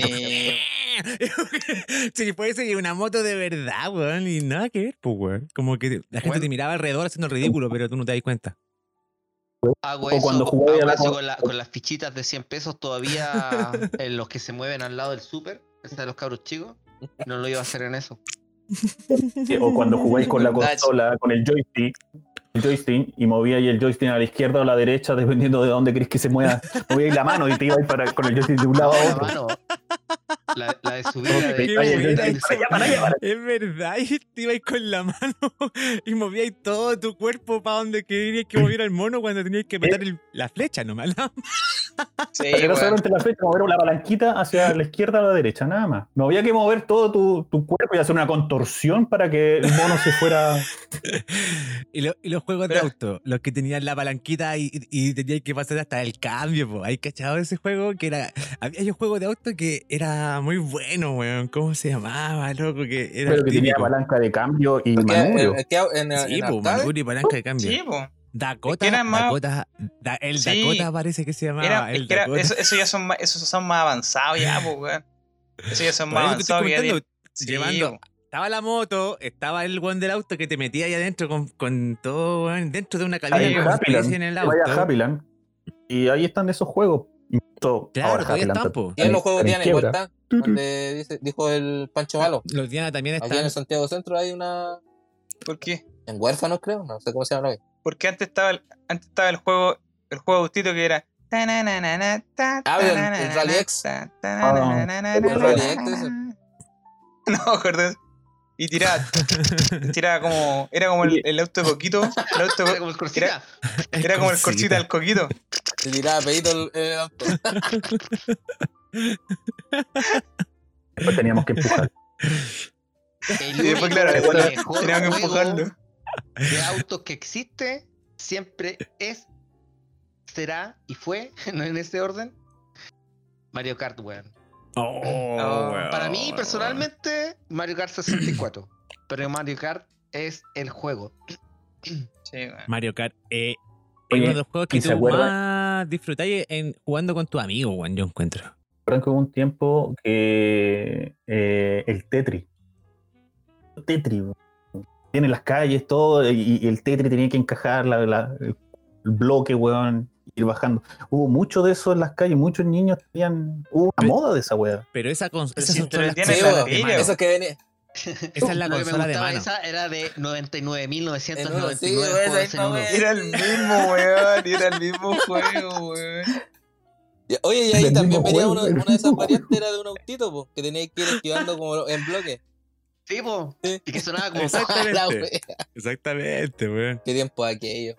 si fuese una moto de verdad, weón, y nada que ver, pues, weón. Como que la gente te miraba alrededor haciendo el ridículo, pero tú no te das cuenta. Hago eso con las fichitas de 100 pesos todavía en los que se mueven al lado del súper, esas de los cabros chicos. No lo iba a hacer en eso. O cuando jugáis con la consola, con el joystick, y movíais el joystick a la izquierda o a la derecha, dependiendo de dónde querés que se mueva. Movíais la mano y te ibais con el joystick de un lado a otro. La de subir la Es verdad, y te ibais con la mano y movíais todo tu cuerpo para donde querías que moviera el mono cuando teníais que meter la flecha nomás. Sí, era solamente la flecha, mover la palanquita hacia la izquierda o la derecha, nada más. No había que mover todo tu cuerpo y hacer una contorsión para que el mono se fuera. Y los juegos de auto, los que tenían la palanquita y teníais que pasar hasta el cambio, po. ¿Hay cachado ese juego? Que era. Había un juego de auto que era muy bueno, weón. ¿Cómo se llamaba, loco? Que era pero que tenía palanca de cambio y manubrio. Sí, pues, manubrio y palanca de cambio. Sí, pues. Dakota parece que se llamaba. Esos son más avanzados ya, pues, weón. Esos ya son más avanzados. Llevando. Estaba la moto, estaba el weón del auto que te metía ahí adentro con todo, weón, dentro de una cabina en el auto. Vaya Happyland. Y ahí están esos juegos. Claro, todavía están, po. ¿Y en los juegos Diana igual está? Donde dijo el Pancho Malo. Los Diana también están. Aquí en el Santiago Centro hay una... ¿Por qué? En Huérfanos, creo, no sé cómo se llama hoy. Porque antes estaba el juego autito que era... el Rally X. El Rally X. No, ¿verdad? Y tiraba como... Era como el auto de Coquito. Era como el Corsita. Era como el Corsita del Coquito. Se tiraba pedito el auto. Después teníamos que empujar. Y después, claro, teníamos que empujarlo. De autos que existe, siempre es, será y fue, no en ese orden, Mario Kart, weón. Para mí, personalmente, Mario Kart 64. Pero Mario Kart es el juego. Sí, weón. Mario Kart es uno de los juegos que tú más disfrutáis jugando con tus amigos, weón, yo encuentro. Recuerdo que hubo un tiempo que el Tetris, weón. Tiene las calles, todo, y el Tetris tenía que encajar el bloque, weón, ir bajando. Hubo mucho de eso en las calles, muchos niños tenían... Hubo una moda de esa weá. Pero esas son las eso que venía. Esa es la consola de mano. Esa era de 99.999 Era el mismo, weón, era el mismo juego, weón. Oye, y ahí también venía una de esas variantes, era de un autito, po, que tenía que ir esquivando como en bloque. Sí, po. Y que sonaba como... Exactamente, weón. Qué tiempo aquello.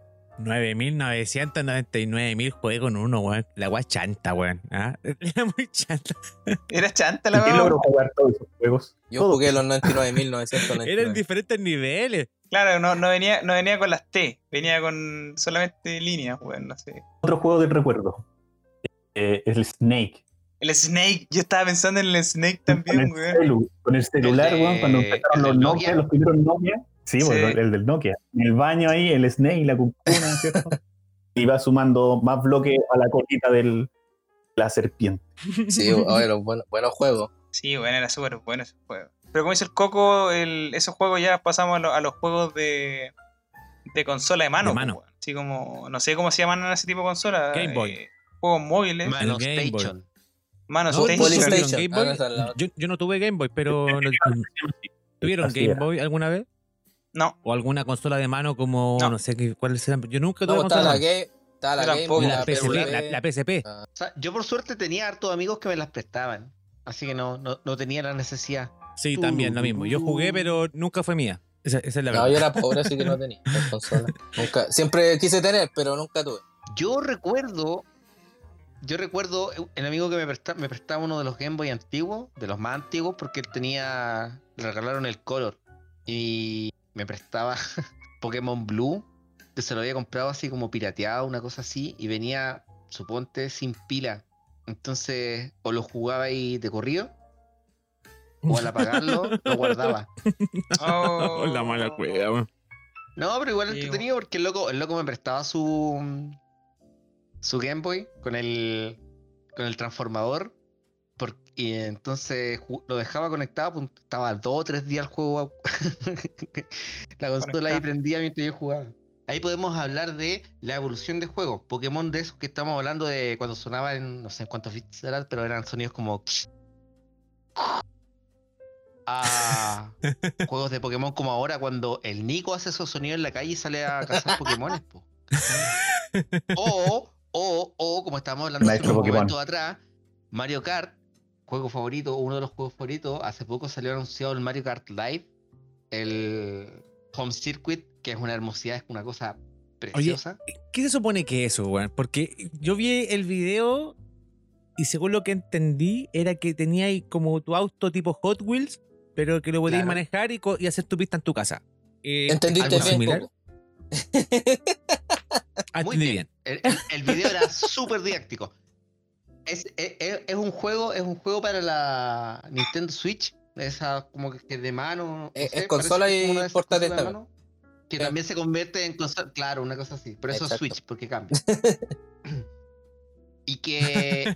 9.999.000 juegos en uno, weón. La weá chanta, weón. ¿Ah? Era muy chanta. Era chanta la weá. ¿Quién logró jugar todos esos juegos? Yo jugué los 99.999. Eran diferentes niveles. Claro, no venía con las T. Venía con solamente líneas, weón, no sé. Otro juego del recuerdo. El Snake. El Snake, yo estaba pensando en el Snake también, weón. Con el celular, weón, cuando empezaron los Nokia, los primeros Nokia. Sí, bueno, el del Nokia. En el baño ahí, el Snake y la cucuna, ¿cierto? Iba sumando más bloques a la colita de la serpiente. Sí, bueno, buenos juegos. Sí, bueno, era súper bueno ese juego. Pero como dice el Coco, esos juegos ya pasamos a los juegos de consola de mano. Pues, así como, no sé cómo se llaman ese tipo de consola. Game Boy. Juegos móviles. Manostation. Yo no tuve Game Boy, pero ¿tuvieron Game Boy alguna vez? No. ¿O alguna consola de mano como, no sé cuáles eran? Yo nunca tuve consola. Estaba la Game Boy, la PSP. O sea, yo por suerte tenía hartos amigos que me las prestaban. Así que no tenía la necesidad. Sí, también lo mismo. Yo jugué, pero nunca fue mía. Esa es la verdad. No, yo era pobre, así que no tenía consola. Siempre quise tener, pero nunca tuve. Yo recuerdo el amigo que me prestaba uno de los Game Boy antiguos, de los más antiguos, porque él le regalaron el Color. Y me prestaba Pokémon Blue, que se lo había comprado así como pirateado, una cosa así, y venía, suponte, sin pila. Entonces, o lo jugaba ahí de corrido, o al apagarlo, lo guardaba. Oh, la mala cueva, man. No, pero igual entretenido porque el loco me prestaba su Game Boy con el transformador Y entonces lo dejaba conectado, pues, estaba 2 o 3 días el juego. La consola ahí prendía mientras yo jugaba. Ahí podemos hablar de la evolución de juegos. Pokémon de esos que estamos hablando de cuando sonaba en no sé cuántos bits eran, pero eran sonidos como... juegos de Pokémon como ahora cuando el Nico hace esos sonidos en la calle y sale a cazar Pokémones, po. O como estábamos hablando hace unos momentos atrás, Mario Kart, juego favorito, uno de los juegos favoritos. Hace poco salió anunciado el Mario Kart Live, el Home Circuit, que es una hermosidad, es una cosa preciosa. Oye, ¿qué se supone que es eso, weón? Porque yo vi el video y según lo que entendí era que tenía ahí como tu auto tipo Hot Wheels, pero que lo podías manejar y hacer tu pista en tu casa. ¿Entendiste algo similar? Muy bien. El video era súper didáctico. Es un juego para la Nintendo Switch, esa como que de mano. No es consola y portátil también. Que también se convierte en consola, claro, una cosa así. Pero eso es Switch, porque cambia. y que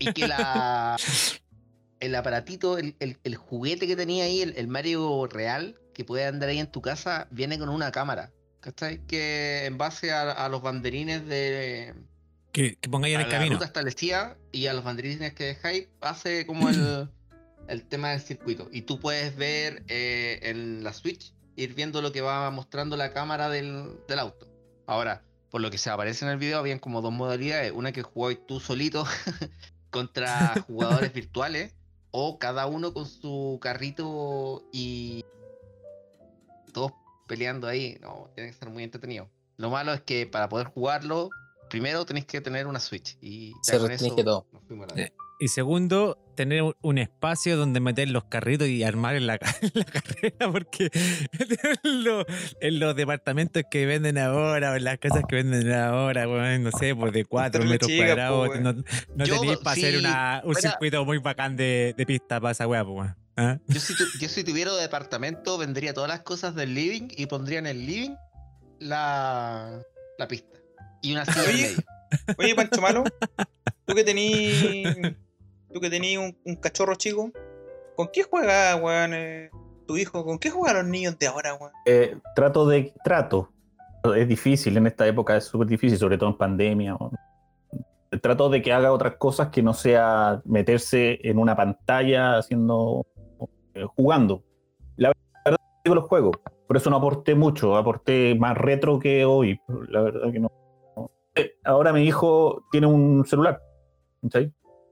el aparatito, el juguete que tenía ahí, el Mario real, que puede andar ahí en tu casa, viene con una cámara. ¿Cachai? Que en base a los banderines de... Que pongáis en el camino. La ruta establecida y a los banderines que dejáis, hace como el tema del circuito. Y tú puedes ver en la Switch, ir viendo lo que va mostrando la cámara del auto. Ahora, por lo que se aparece en el video, habían como 2 modalidades. Una que jugabas tú solito contra jugadores virtuales, o cada uno con su carrito y todos peleando ahí. No, tiene que ser muy entretenido. Lo malo es que para poder jugarlo, primero tenés que tener una Switch y se restringe todo. Y segundo, tener un espacio donde meter los carritos y armar en la carrera, porque en los departamentos que venden ahora o en las casas que venden ahora, bueno, no sé, pues de 4 metros cuadrados, pues, no tenéis para hacer un circuito muy bacán de pista para esa weá, pues. ¿Ah? Yo si tuviera un departamento, vendría todas las cosas del living y pondría en el living la pista. Y una silla en medio. Oye, Pancho Malo, tú que tenías un cachorro chico, ¿con qué juega, weón, tu hijo? ¿Con qué juegan los niños de ahora, weón? Trato. Es difícil en esta época, es súper difícil, sobre todo en pandemia. Trato de que haga otras cosas que no sea meterse en una pantalla jugando. La verdad es que los juegos, por eso no aporté mucho, aporté más retro que hoy, la verdad que no. Ahora mi hijo tiene un celular, ¿sí?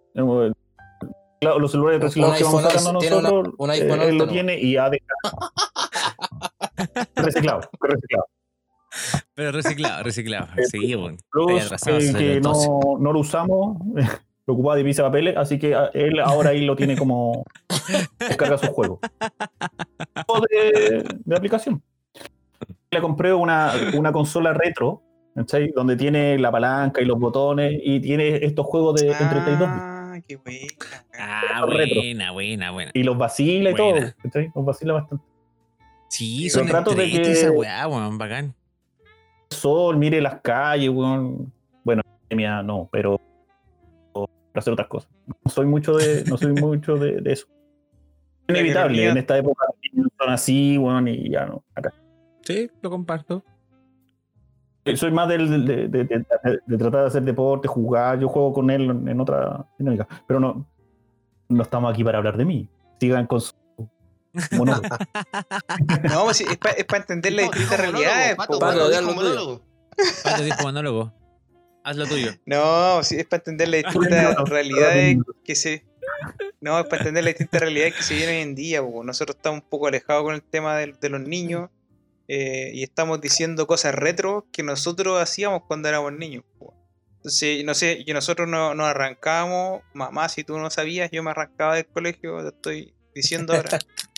Los celulares reciclados que vamos sacando nosotros, él lo tiene y ha dejado. reciclado. Pero reciclado. Sí, bueno. Que no lo usamos, lo ocupaba de pizza papeles, así que él ahora ahí lo tiene como descarga sus juegos. O de aplicación. Le compré una consola retro, ¿sí? Donde tiene la palanca y los botones y tiene estos juegos de en 32 bits. Qué buena. Buena. Y los vacila y todo, ¿sí? Los vacila bastante. Sí, son entretes esa weá, weón, bacán. Sol, mire las calles, weón. Bueno, no, pero para hacer otras cosas. No soy mucho de eso. Es inevitable, en esta época son así, weón, y ya no, acá. Sí, lo comparto. Soy más de tratar de hacer deporte, jugar. Yo juego con él en otra dinámica. Pero no estamos aquí para hablar de mí. Sigan con su monólogo. No, es para entender las distintas realidades. Pato, dijo monólogo. Haz lo tuyo. No, sí, es para entender las distintas realidades que se... No, es para entender las distintas realidades que se vienen hoy en día. Po. Nosotros estamos un poco alejados con el tema de los niños. Y estamos diciendo cosas retro que nosotros hacíamos cuando éramos niños. Entonces, no sé, y nosotros nos arrancábamos, mamá, si tú no sabías, yo me arrancaba del colegio, te estoy diciendo ahora.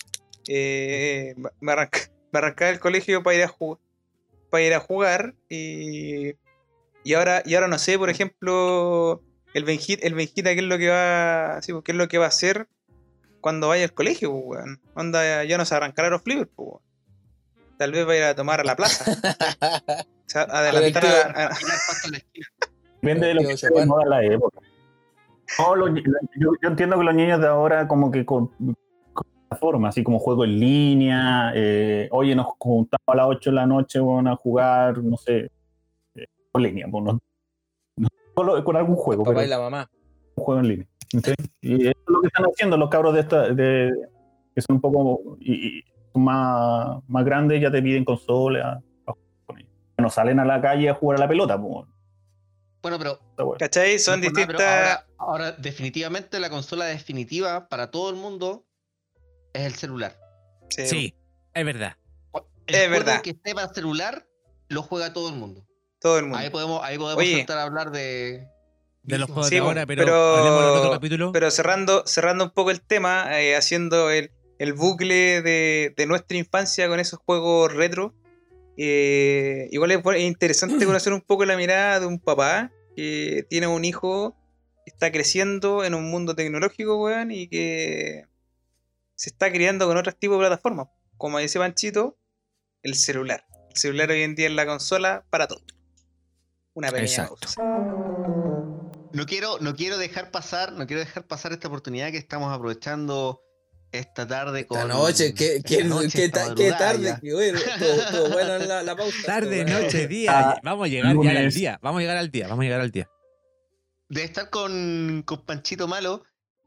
Me arrancaba del colegio para ir a jugar y ahora no sé, por ejemplo, el Benjita, ¿qué es lo que va, sí, qué es lo que va a hacer cuando vaya al colegio, weón? Onda, ya no se arrancará los flippers, weón. Tal vez va a ir a tomar a la plaza. O sea, adelantar Depende de lo que se moda la época. No, yo entiendo que los niños de ahora como que con forma, así como juego en línea, oye, nos juntamos a las 8 de la noche, van a jugar, no sé, en línea, pues, no solo con algún juego, papá pero y la mamá. Un juego en línea. ¿Sí? Y eso es lo que están haciendo los cabros que son un poco y son más grandes, ya te piden consola, no salen a la calle a jugar a la pelota, pues. Bueno, pero ¿cachai? Son distintas. Ahora, definitivamente la consola definitiva para todo el mundo es el celular. Sí, es verdad. Es verdad. Que esté para celular, lo juega todo el mundo. Todo el mundo. Ahí podemos saltar a hablar de los juegos de ahora, pero hablemos en otro capítulo. Pero cerrando un poco el tema, haciendo el bucle de nuestra infancia con esos juegos retro. Igual es interesante conocer un poco la mirada de un papá que tiene un hijo que está creciendo en un mundo tecnológico, weón, y que se está criando con otros tipos de plataformas. Como dice Panchito, el celular. El celular hoy en día es la consola para todo. Una pequeña pausa. No quiero dejar pasar esta oportunidad que estamos aprovechando esta tarde con... Esta noche, qué tarde, que bueno, todo bueno en la pausa. Tarde, noche, día, vamos a llegar ya al día, vamos a llegar al día. De estar con Panchito Malo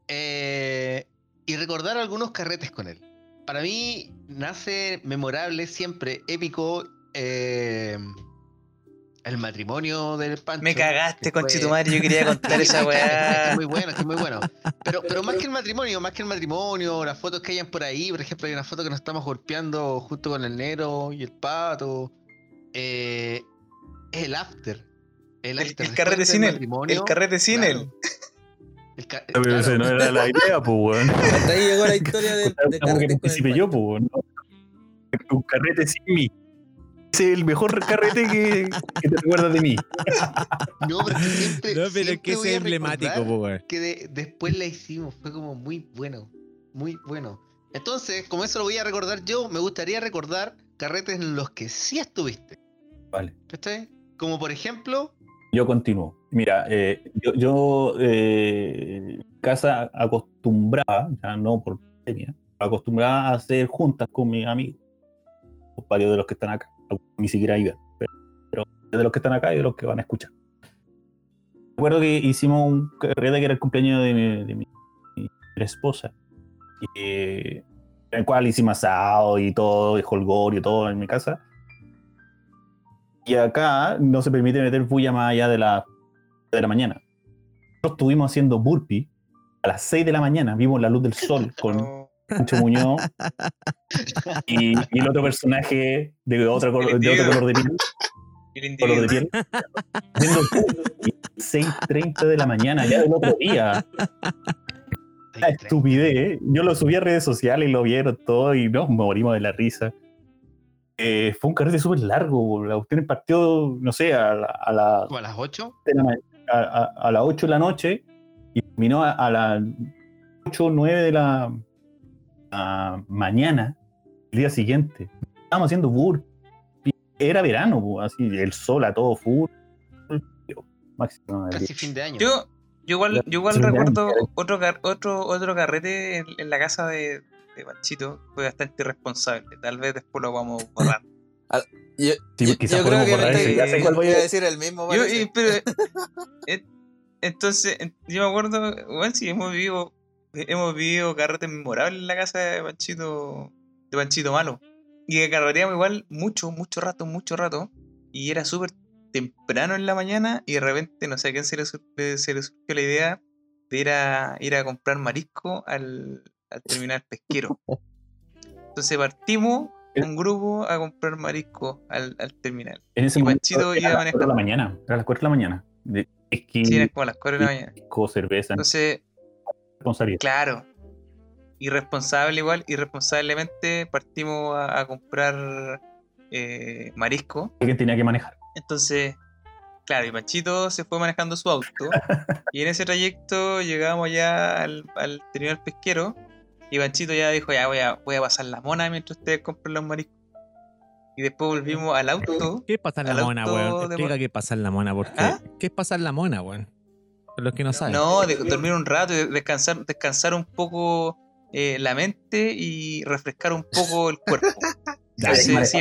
y recordar algunos carretes con él. Para mí nace memorable, siempre épico, el matrimonio del Pancho. Me cagaste, conchetumare, yo quería contar esa weá. Es muy bueno. Pero más que el matrimonio, las fotos que hayan por ahí, por ejemplo, hay una foto que nos estamos golpeando junto con el Nero y el Pato. Es el after. El carrete sin él. El carrete sin él. Pero ese no era la idea, pues, weón. Hasta ahí llegó la historia de carrete con el yo, pues, ¿no? Un carrete sin mí. Es el mejor carrete que te recuerdas de mí. No, pero es que es emblemático, pues. Que después la hicimos, fue como muy bueno. Entonces, como eso lo voy a recordar yo, me gustaría recordar carretes en los que sí estuviste. Vale. ¿Está? Como por ejemplo... Yo continúo. Mira, yo casa acostumbraba, ya no por pandemia, acostumbraba a hacer juntas con mis amigos. Varios de los que están acá, ni siquiera iban, pero de los que están acá y de los que van a escuchar. Recuerdo que hicimos un carrete que era el cumpleaños de mi esposa, en el cual hicimos asado y todo, y jolgorio, todo en mi casa. Y acá no se permite meter bulla más allá de la mañana. Nosotros estuvimos haciendo burpee a las 6 de la mañana, vimos la luz del sol con Pancho Muñoz y el otro personaje de otro color de piel, haciendo 6:30 de la mañana, ya del otro día. La estupidez, ¿eh? Yo lo subí a redes sociales y lo vieron todo y nos morimos de la risa. Fue un carrete súper largo, la cuestión partió, no sé, a las 8 a las 8 de la noche y terminó a las 8 o 9 de la mañana, el día siguiente. Estábamos haciendo burpee, era verano, así, el sol a todo full, máximo. Casi fin de año. Yo igual recuerdo otro carrete en la casa de Panchito, fue bastante irresponsable. Tal vez después lo vamos a borrar. Yo creo que ya sé cuál voy a decir el mismo. Entonces, yo me acuerdo, bueno, sí, hemos vivido carretes memorables en la casa de Panchito Malo. Y que carreteamos igual mucho rato. Y era súper temprano en la mañana. Y de repente, no sé a quién se le surgió la idea de ir a comprar marisco al terminal pesquero. Entonces partimos un grupo a comprar marisco al terminal. En ese momento Panchito iba a manejar. Era las 4 de la mañana. Sí, era como a las 4 de la mañana. Cerveza. Entonces, responsabilidad. Claro. Irresponsablemente partimos a comprar marisco. Alguien tenía que manejar. Entonces, claro, y Panchito se fue manejando su auto. Y en ese trayecto llegamos ya al terminal pesquero. Y Panchito ya dijo, ya voy a pasar la mona mientras ustedes compran los mariscos. Y después volvimos al auto. ¿Qué es pasar la mona, weón? Explica qué es pasar la mona, ¿por qué? ¿Qué es pasar la mona, weón? los que no saben. No, dormir un rato y descansar un poco la mente y refrescar un poco el cuerpo. Entonces,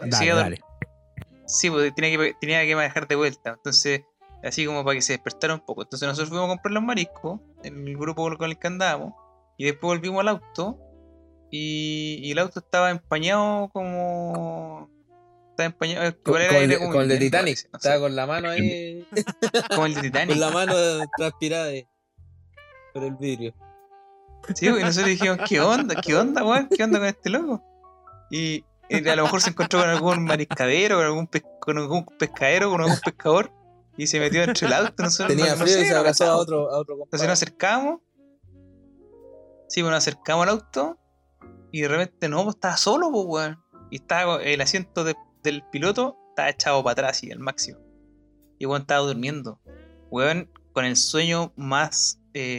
sí, pues tenía que manejar de vuelta. Entonces, así como para que se despertara un poco. Entonces nosotros fuimos a comprar los mariscos en el grupo con el que andábamos. Y después volvimos al auto. Y el auto estaba empañado como... Estaba empañado... Con el de Titanic. Parece, no estaba sé. Con la mano ahí... Como el de Titanic. Con la mano transpirada por el vidrio. Sí, y nosotros dijimos, ¿qué onda, weón? ¿Qué onda con este loco? Y a lo mejor se encontró con algún mariscadero, con algún pescadero, con algún pescador. Y se metió dentro del auto. Tenía frío y se abrazó a otro compadre. Entonces nos acercamos. Sí, bueno, nos acercamos al auto. Y de repente, no, pues estaba solo, pues, weón. Y estaba el asiento del piloto, estaba echado para atrás, y al máximo. Y weón estaba durmiendo. Weón, con el sueño más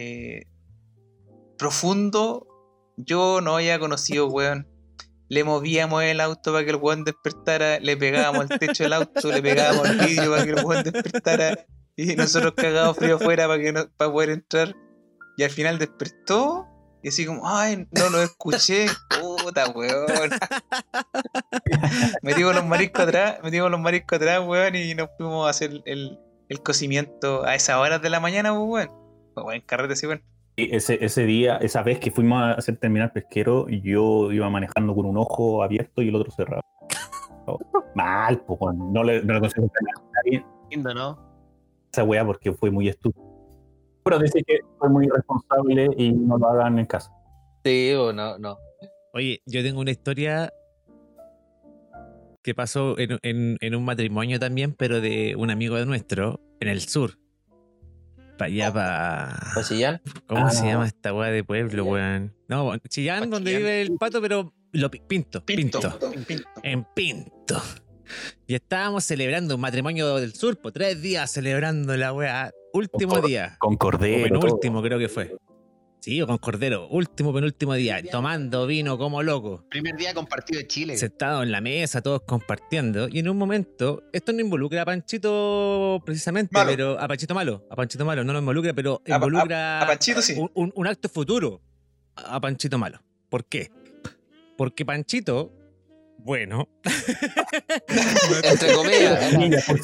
profundo, yo no había conocido, weón. Le movíamos el auto para que el weón despertara, le pegábamos al techo del auto, le pegábamos al vidrio para que el weón despertara. Y nosotros cagados frío afuera para poder entrar. Y al final despertó. Y así como, ay, no lo escuché. Puta, weón. Metimos los mariscos atrás, weón, y nos fuimos a hacer el cocimiento a esas horas de la mañana, weón. Weón, carrete así, weón. Ese día, esa vez que fuimos a hacer terminal pesquero, yo iba manejando con un ojo abierto y el otro cerrado. Mal, pues, weón. No le conseguí a nadie. Lindo, ¿no? Esa weá porque fue muy estúpido. Pero dice que fue muy irresponsable y no lo hagan en casa. Sí, o no. Oye, yo tengo una historia que pasó en un matrimonio también, pero de un amigo de nuestro, en el sur. Para allá, ¿para Chillán? ¿Cómo se llama esta weá de pueblo, weón? No, Chillán, donde vive el Pato, pero Pinto. En Pinto. Y estábamos celebrando un matrimonio del sur, por 3 días celebrando la weá. Último día. Con cordero. Penúltimo creo que fue. Sí, o con cordero. Último, penúltimo día. Tomando vino como loco. Primer día compartido de Chile. Sentados en la mesa, todos compartiendo. Y en un momento, esto no involucra a Panchito precisamente, malo. Pero a Panchito malo. A Panchito malo no lo involucra, pero involucra a Panchito, sí. un acto futuro a Panchito malo. ¿Por qué? Porque Panchito... Bueno. Entre comillas.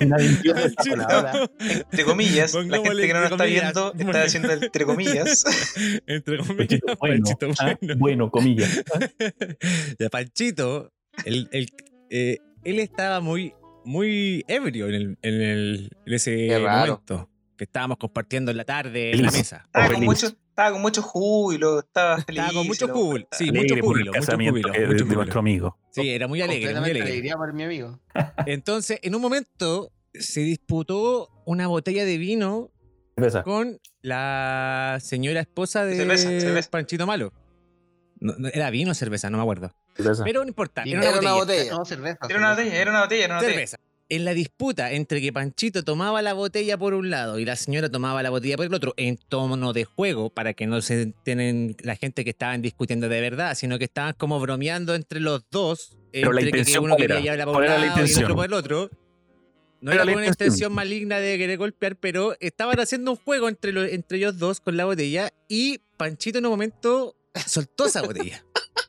Entre comillas. La gente que no nos está viendo está haciendo entre comillas. Entre comillas. Panchito, bueno, comillas. De Panchito, él estaba muy ebrio en ese momento. Que estábamos compartiendo en la tarde en la mesa. Estaba con mucho júbilo, estaba feliz. Estaba con mucho júbilo, sí, mucho júbilo. De nuestro amigo. Sí, era muy alegre. Alegría para mi amigo. Entonces, en un momento se disputó una botella de vino con la señora esposa de cerveza. Panchito Malo. No, ¿era vino o cerveza? No me acuerdo. Cerveza. Pero no importa, era una botella. No, cerveza. Era una botella. Cerveza. En la disputa entre que Panchito tomaba la botella por un lado y la señora tomaba la botella por el otro, en tono de juego, para que no se enteren la gente que estaban discutiendo de verdad, sino que estaban como bromeando entre los dos, pero entre la intención, que uno quería llevarla por un lado y el otro por el otro. No era una intención maligna de querer golpear, pero estaban haciendo un juego entre ellos dos con la botella, y Panchito en un momento soltó esa botella.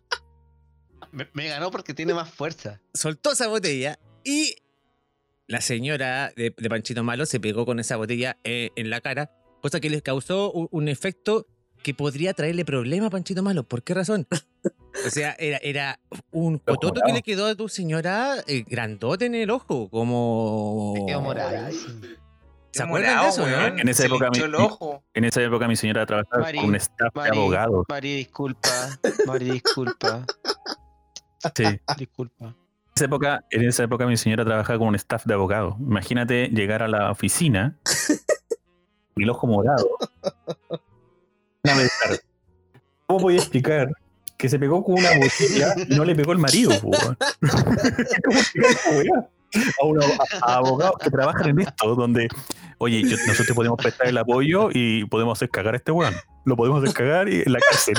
Me ganó porque tiene más fuerza. Soltó esa botella y la señora de Panchito Malo se pegó con esa botella en la cara, cosa que les causó un efecto que podría traerle problema a Panchito Malo. ¿Por qué razón? O sea, era un cototo que le quedó a tu señora grandote en el ojo, como... Se quedó moradísimo. ¿Se acuerdan de eso, no? En esa época mi señora trabajaba con un staff de abogados. Mari, disculpa. Sí. Disculpa. En esa época mi señora trabajaba con un staff de abogados. Imagínate llegar a la oficina y el ojo morado. ¿Cómo voy a explicar que se pegó con una botella y no le pegó el marido? A abogados que trabajan en esto, donde, oye, nosotros podemos prestar el apoyo y podemos hacer cagar a este weón. Lo podemos hacer cagar y en la cárcel.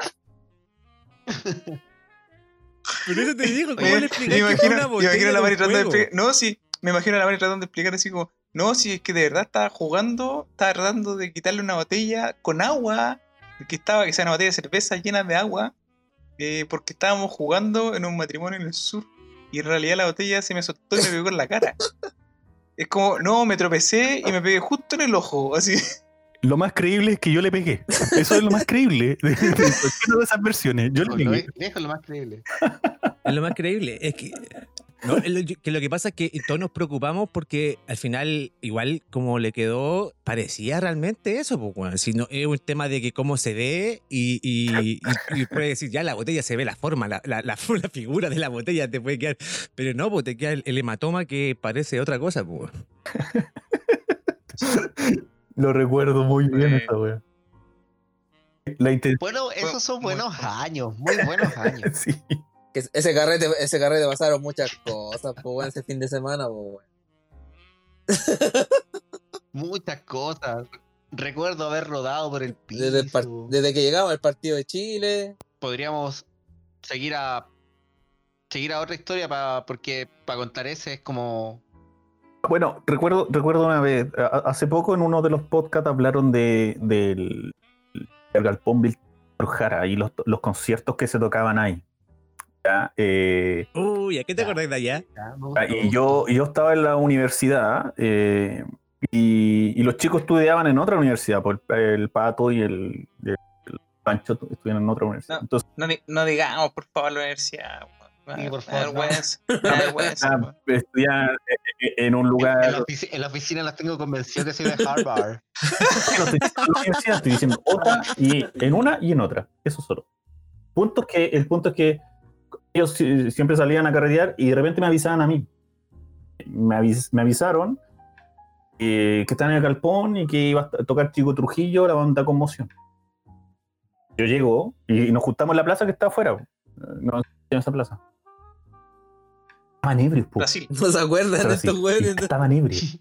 Pero eso te digo, ¿cómo le explicas que fue una botella? Me imagino a la Mari tratando de explicar. No, sí, me imagino a la Mari tratando de explicar así como, No, si es que de verdad estaba jugando, estaba tratando de quitarle una botella con agua, que sea una botella de cerveza llena de agua, porque estábamos jugando en un matrimonio en el sur, y en realidad la botella se me soltó y me pegó en la cara. Es como, no, me tropecé y me pegué justo en el ojo, así. Lo más creíble es que yo le pegué. Eso es lo más creíble de cualquiera de esas versiones. Yo le pegué. Eso es lo más creíble. Es lo más creíble. Es que, que lo que pasa es que todos nos preocupamos porque al final, igual como le quedó, parecía realmente eso. Pues, bueno, si no, es un tema de que cómo se ve y puede decir, ya la botella se ve la forma, la figura de la botella te puede quedar. Pero no, pues te queda el hematoma que parece otra cosa. Pues. Lo recuerdo muy bien esa wea. Bueno, esos son buenos años, muy buenos años. Sí. Ese carrete pasaron muchas cosas, pues, ese fin de semana, pues, Muchas cosas. Recuerdo haber rodado por el piso. Desde que llegamos al partido de Chile. Podríamos seguir a otra historia porque para contar ese es como... Bueno, recuerdo una vez, hace poco en uno de los podcasts hablaron del Galpón Víctor Jara y los conciertos que se tocaban ahí. ¿Ya? ¿A qué te acordás de allá? Y yo estaba en la universidad y los chicos estudiaban en otra universidad, pues el Pato y el Pancho estudiaban en otra universidad. No, entonces, no digamos, por favor, la universidad. Sí, por favor, estudian en un lugar... En la oficina las tengo convencido que soy de Harvard. Estoy diciendo otra y en una y en otra. Eso solo. El punto es que ellos siempre salían a carretear y de repente me avisaban a mí. Me avisaron que estaban en el Galpón y que iba a tocar Chico Trujillo, la banda Conmoción. Yo llego y nos juntamos en la plaza que está afuera. No en esa plaza. Estaban ebrios, po. Brasil. ¿No se acuerdan de estos güeyes? Estaban ebrios.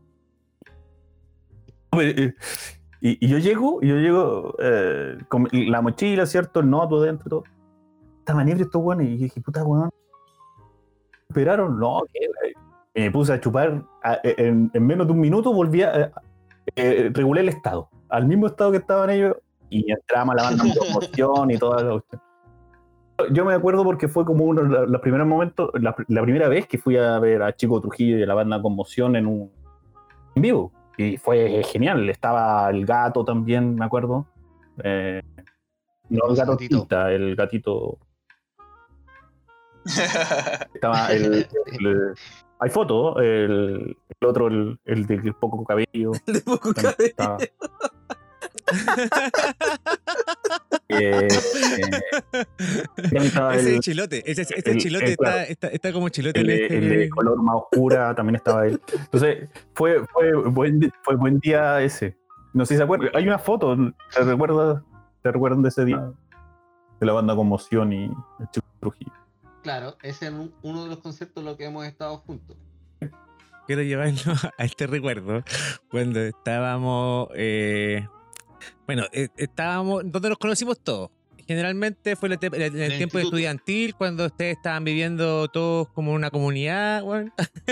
Y yo llego con la mochila, ¿cierto? El noto dentro y todo. Estaban ebrios estos güeyes. Y dije, puta, weón. ¿Esperaron? No, ¿qué? Me puse a chupar. En menos de un minuto volví a regulé el estado. Al mismo estado que estaban ellos. Y entramos a la banda de Conmoción y toda la cuestión. Yo me acuerdo porque fue como uno de los primeros momentos, la primera vez que fui a ver a Chico Trujillo y a la banda Conmoción en vivo. Y fue genial. Estaba el gato también, me acuerdo. No el gato Tita, el gatito. Estaba hay fotos, el otro, el de poco cabello. El de poco cabello. Ese chilote, ese chilote está como chilote. El de color más oscura también estaba él. Entonces fue buen día ese. No sé si se acuerdan. Hay una foto, ¿te recuerdan de ese día? De la banda Conmoción y el Chico Trujillo. Claro, ese es uno de los conceptos en los que hemos estado juntos. Quiero llevarlo a este recuerdo cuando estábamos... estábamos donde nos conocimos todos. Generalmente fue en el tiempo estudiantil, cuando ustedes estaban viviendo todos como una comunidad, bueno,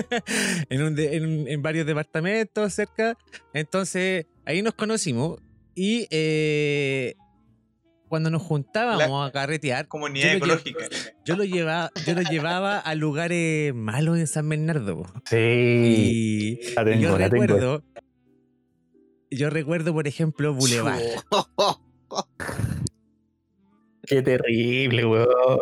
en varios departamentos cerca. Entonces, ahí nos conocimos y cuando nos juntábamos a carretear, comunidad ecológica. Yo lo llevaba a lugares malos en San Bernardo. Sí. Yo recuerdo, por ejemplo, Boulevard. Qué terrible, weón.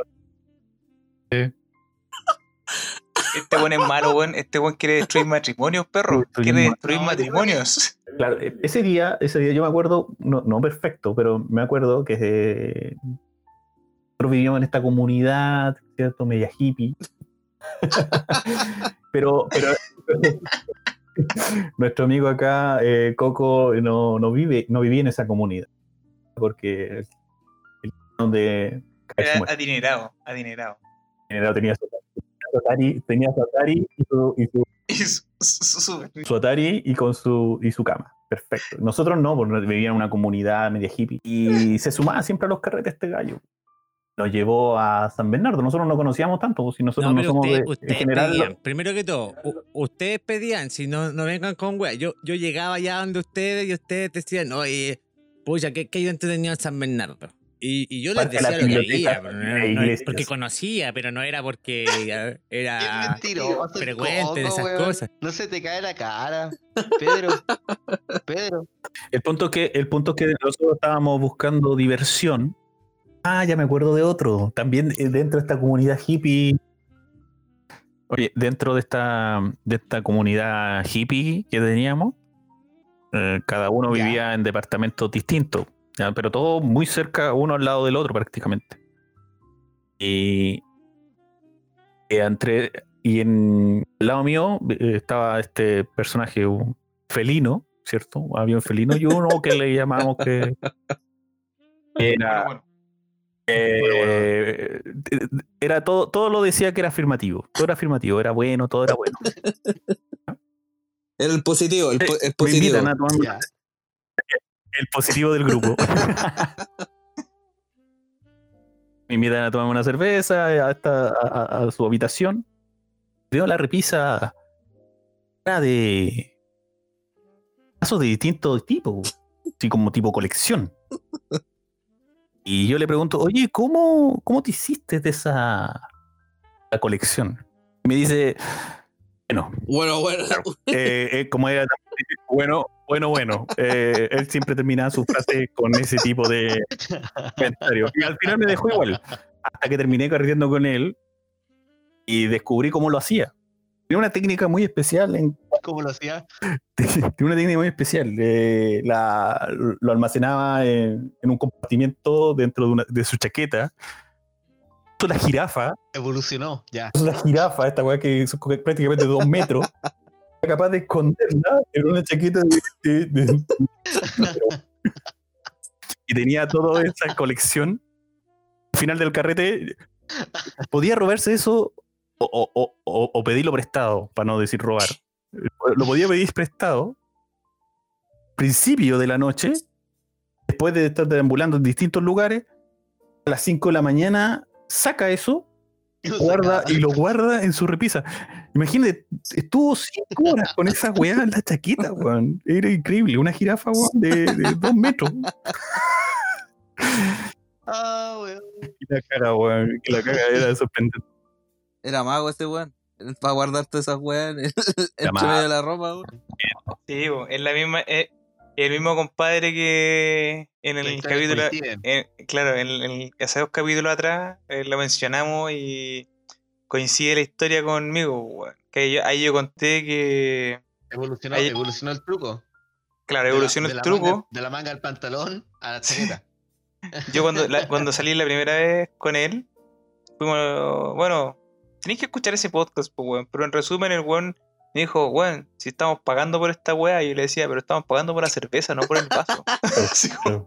Este weón es malo, weón. Este weón quiere destruir matrimonios, perro. Quiere destruir matrimonios. Claro, ese día yo me acuerdo, no perfecto, pero me acuerdo que nosotros vivíamos en esta comunidad, ¿cierto? Media hippie. pero nuestro amigo acá, Coco, no vivía en esa comunidad. Porque donde adinerado. Tenía su Atari su Atari y su cama. Perfecto. Nosotros no, porque vivíamos en una comunidad media hippie. Y se sumaba siempre a los carretes este gallo. nos llevó a San Bernardo. Nosotros no conocíamos tanto, si nosotros no somos ustedes en general. Pedían, primero que todo, ustedes pedían, si no vengan con weá. Yo llegaba allá donde ustedes y ustedes decían, oye, pucha, ¿qué hay entretenido en San Bernardo? Y yo les decía lo que había, no es porque conocía, pero no era porque era frecuente de esas cosas. No se te cae la cara, Pedro. El punto es que nosotros estábamos buscando diversión. Ya me acuerdo de otro. También dentro de esta comunidad hippie. Oye, dentro de esta comunidad hippie que teníamos, cada uno vivía en departamentos distintos, ¿ya? Pero todos muy cerca, uno al lado del otro prácticamente. Y en el lado mío estaba este personaje, un felino, ¿cierto? Había un felino y uno que le llamamos que era... Era todo lo decía que era afirmativo. Todo era afirmativo, era bueno, todo era bueno. Era el positivo, el positivo. Me invitan a tomar el positivo del grupo. Me invitan a tomar una cerveza a su habitación. Veo la repisa de vasos de distintos tipos, así como tipo colección. Y yo le pregunto, oye, ¿cómo te hiciste de esa colección? Y me dice, bueno. Claro, como era bueno. Él siempre terminaba su frase con ese tipo de comentario. Y al final me dejó igual. Hasta que terminé carreteando con él y descubrí cómo lo hacía. Tiene una técnica muy especial. ¿Cómo lo hacía? Tiene una técnica muy especial. Lo almacenaba en un compartimiento dentro de su chaqueta. La jirafa. Evolucionó, ya. La jirafa, esta weá que es prácticamente 2 metros, era capaz de esconderla en una chaqueta y tenía toda esa colección. Al final del carrete, podía robarse eso o pedirlo prestado, para no decir robar. Lo podía pedir prestado. Principio de la noche, después de estar deambulando en distintos lugares, a las 5 de la mañana, saca eso. Lo guarda en su repisa. Imagínate, estuvo 5 horas con esa weá en la chaqueta, weón. Era increíble, una jirafa, weón, de 2 metros. Weón. Y la cara, weón, que la cara era sorprendente. Era mago este weón, para guardar todas esas weas entre medio de la ropa, weón. Sí, es la misma, el mismo compadre que en el capítulo, claro, en hace 2 capítulos atrás lo mencionamos y coincide la historia conmigo, weón. Que ahí yo conté que evolucionó el truco. Claro, evolucionó el truco. De la manga al pantalón a la chaqueta. Yo cuando salí la primera vez con él, fuimos, bueno, tenéis que escuchar ese podcast, pues, weón. Pero en resumen, el weón me dijo, weón, si estamos pagando por esta weá, y yo le decía, pero estamos pagando por la cerveza, no por el vaso. Así como...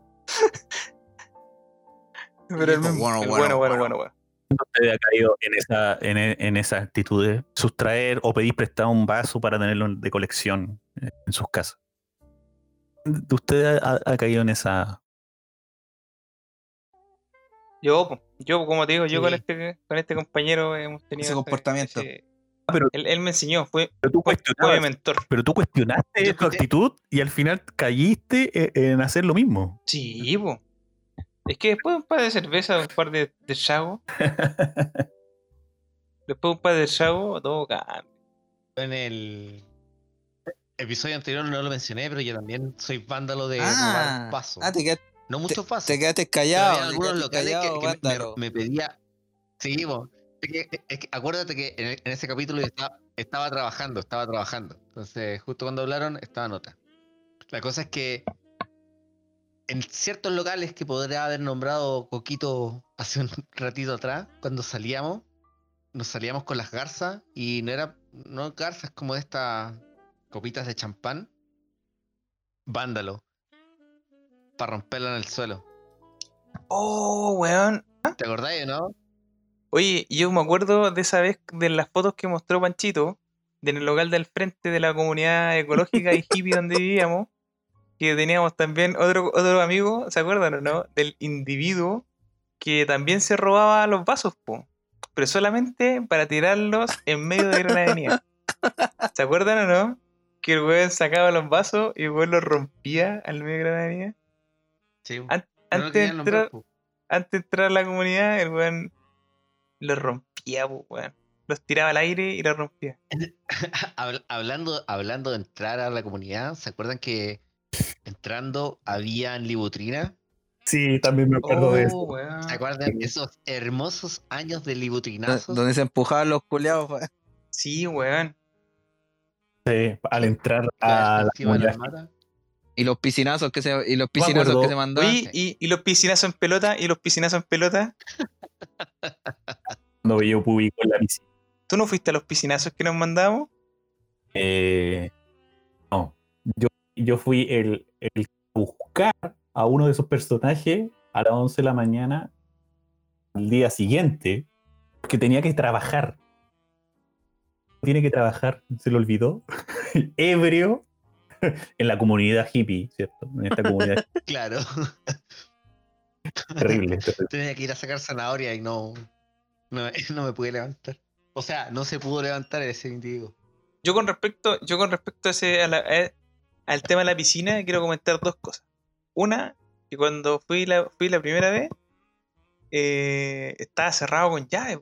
Pero el mismo, bueno. ¿Usted ha caído en esa actitud de sustraer o pedir prestado un vaso para tenerlo de colección en sus casas? ¿Usted ha caído en esa? Yo, como te digo, yo con este compañero hemos tenido ese comportamiento. Pero él me enseñó, fue mi mentor. Pero tú cuestionaste tu actitud y al final caíste en hacer lo mismo. Sí, po. Es que después de un par de cerveza, un par de chagos, todo cambia. En el episodio anterior no lo mencioné, pero yo también soy vándalo de robar pasos. No muchos pasos. Te quedaste callado. Había algunos locales que me pedía. Sí, bo. Es que acuérdate que en ese capítulo yo estaba trabajando. Entonces, justo cuando hablaron, estaba nota. La cosa es que en ciertos locales que podría haber nombrado Coquito hace un ratito atrás, cuando nos salíamos con las garzas y no garzas como de estas copitas de champán, vándalo, para romperla en el suelo. Oh, weón. ¿Te acordáis, no? Oye, yo me acuerdo de esa vez de las fotos que mostró Panchito, en el local del frente de la comunidad ecológica y hippie donde vivíamos, que teníamos también otro amigo, ¿se acuerdan o no? Del individuo, que también se robaba los vasos, po, pero solamente para tirarlos en medio de Gran Avenida. ¿Se acuerdan o no? Que el weón sacaba los vasos y el weón los rompía al medio de Gran Avenida. Sí. Antes de entrar a la comunidad, el weón los rompía, po, weón. Los tiraba al aire y los rompía. Hablando de entrar a la comunidad, ¿se acuerdan que entrando habían libutrina? Sí, también me acuerdo de eso. Weón. ¿Se acuerdan esos hermosos años de libutrinazos? Donde se empujaban los culeados, weón. Sí, weón. Sí, al entrar a la comunidad. Y los piscinazos que se mandaban. Oye, ¿y los piscinazos en pelota? ¿Y los piscinazos en pelota? Cuando yo publico en la piscina. ¿Tú no fuiste a los piscinazos que nos mandamos? No. Yo fui el buscar a uno de esos personajes a las 11 de la mañana al día siguiente, porque tenía que trabajar. Tiene que trabajar, se lo olvidó. Ebrio en la comunidad hippie, ¿cierto? En esta comunidad. Claro. Terrible. Tenía que ir a sacar zanahoria y no me pude levantar. O sea, no se pudo levantar ese individuo. Yo con respecto al tema de la piscina, quiero comentar dos cosas. Una, que cuando fui la primera vez, estaba cerrado con llave.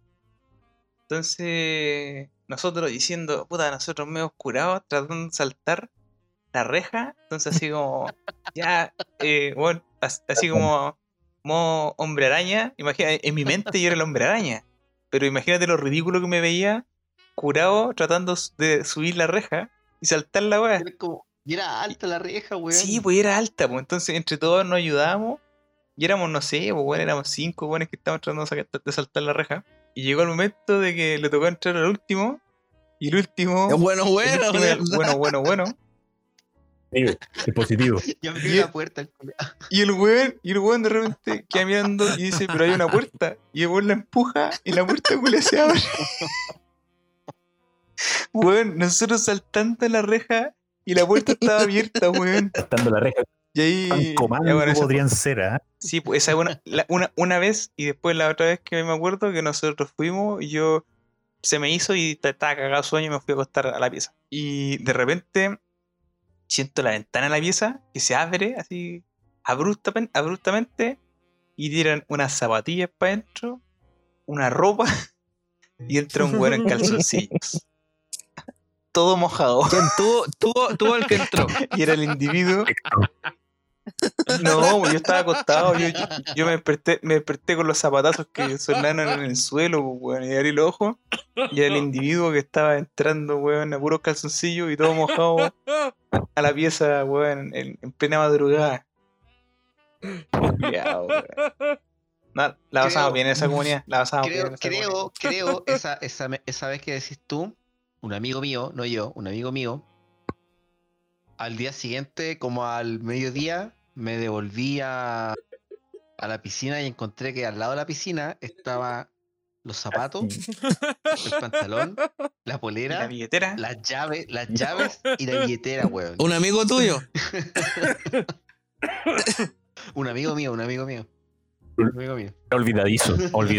Entonces, nosotros diciendo, puta, nosotros medio oscurados, tratando de saltar la reja. Entonces, así como, ya, bueno, así como modo hombre araña. Imagina, en mi mente yo era el hombre araña. Pero imagínate lo ridículo que me veía curado tratando de subir la reja y saltar la weá. Y era alta la reja, weón. Sí, pues era alta, pues. Entonces entre todos nos ayudábamos. Y éramos, no sé, pues bueno, éramos 5 weones que estábamos tratando de saltar la reja. Y llegó el momento de que le tocó entrar al último. Y el último. Bueno. Es positivo. Y abrió la puerta. Y el weón de repente queda mirando y dice, pero hay una puerta. Y el weón la empuja y la puerta culia se abre. Weón, nosotros saltando la reja y la puerta estaba abierta, weón. Saltando la reja. Y ahí. Bueno, podrían ser, ¿eh? Sí, pues esa es una vez, y después la otra vez que me acuerdo que nosotros fuimos y yo se me hizo y estaba cagado sueño y me fui a acostar a la pieza. Y de repente siento la ventana de la pieza que se abre así abruptamente y tiran unas zapatillas para adentro, una ropa y entra un güero en calzoncillos. Todo mojado. ¿Quién tuvo el que entró? Y era el individuo. No, yo estaba acostado, yo me desperté con los zapatazos que sonaron en el suelo, weón, y abrí los ojos, y era el individuo que estaba entrando, weón, a puros calzoncillos y todo mojado a la pieza, weón, en plena madrugada. Cuidado, weón. No, la pasamos bien en esa comunidad, Creo, esa vez que decís tú, un amigo mío, no yo, un amigo mío, al día siguiente, como al mediodía, me devolví a la piscina y encontré que al lado de la piscina estaban los zapatos, el pantalón, la polera, la billetera, las llaves y la billetera, weón. ¿Un amigo tuyo? Un amigo mío. Olvidadizo.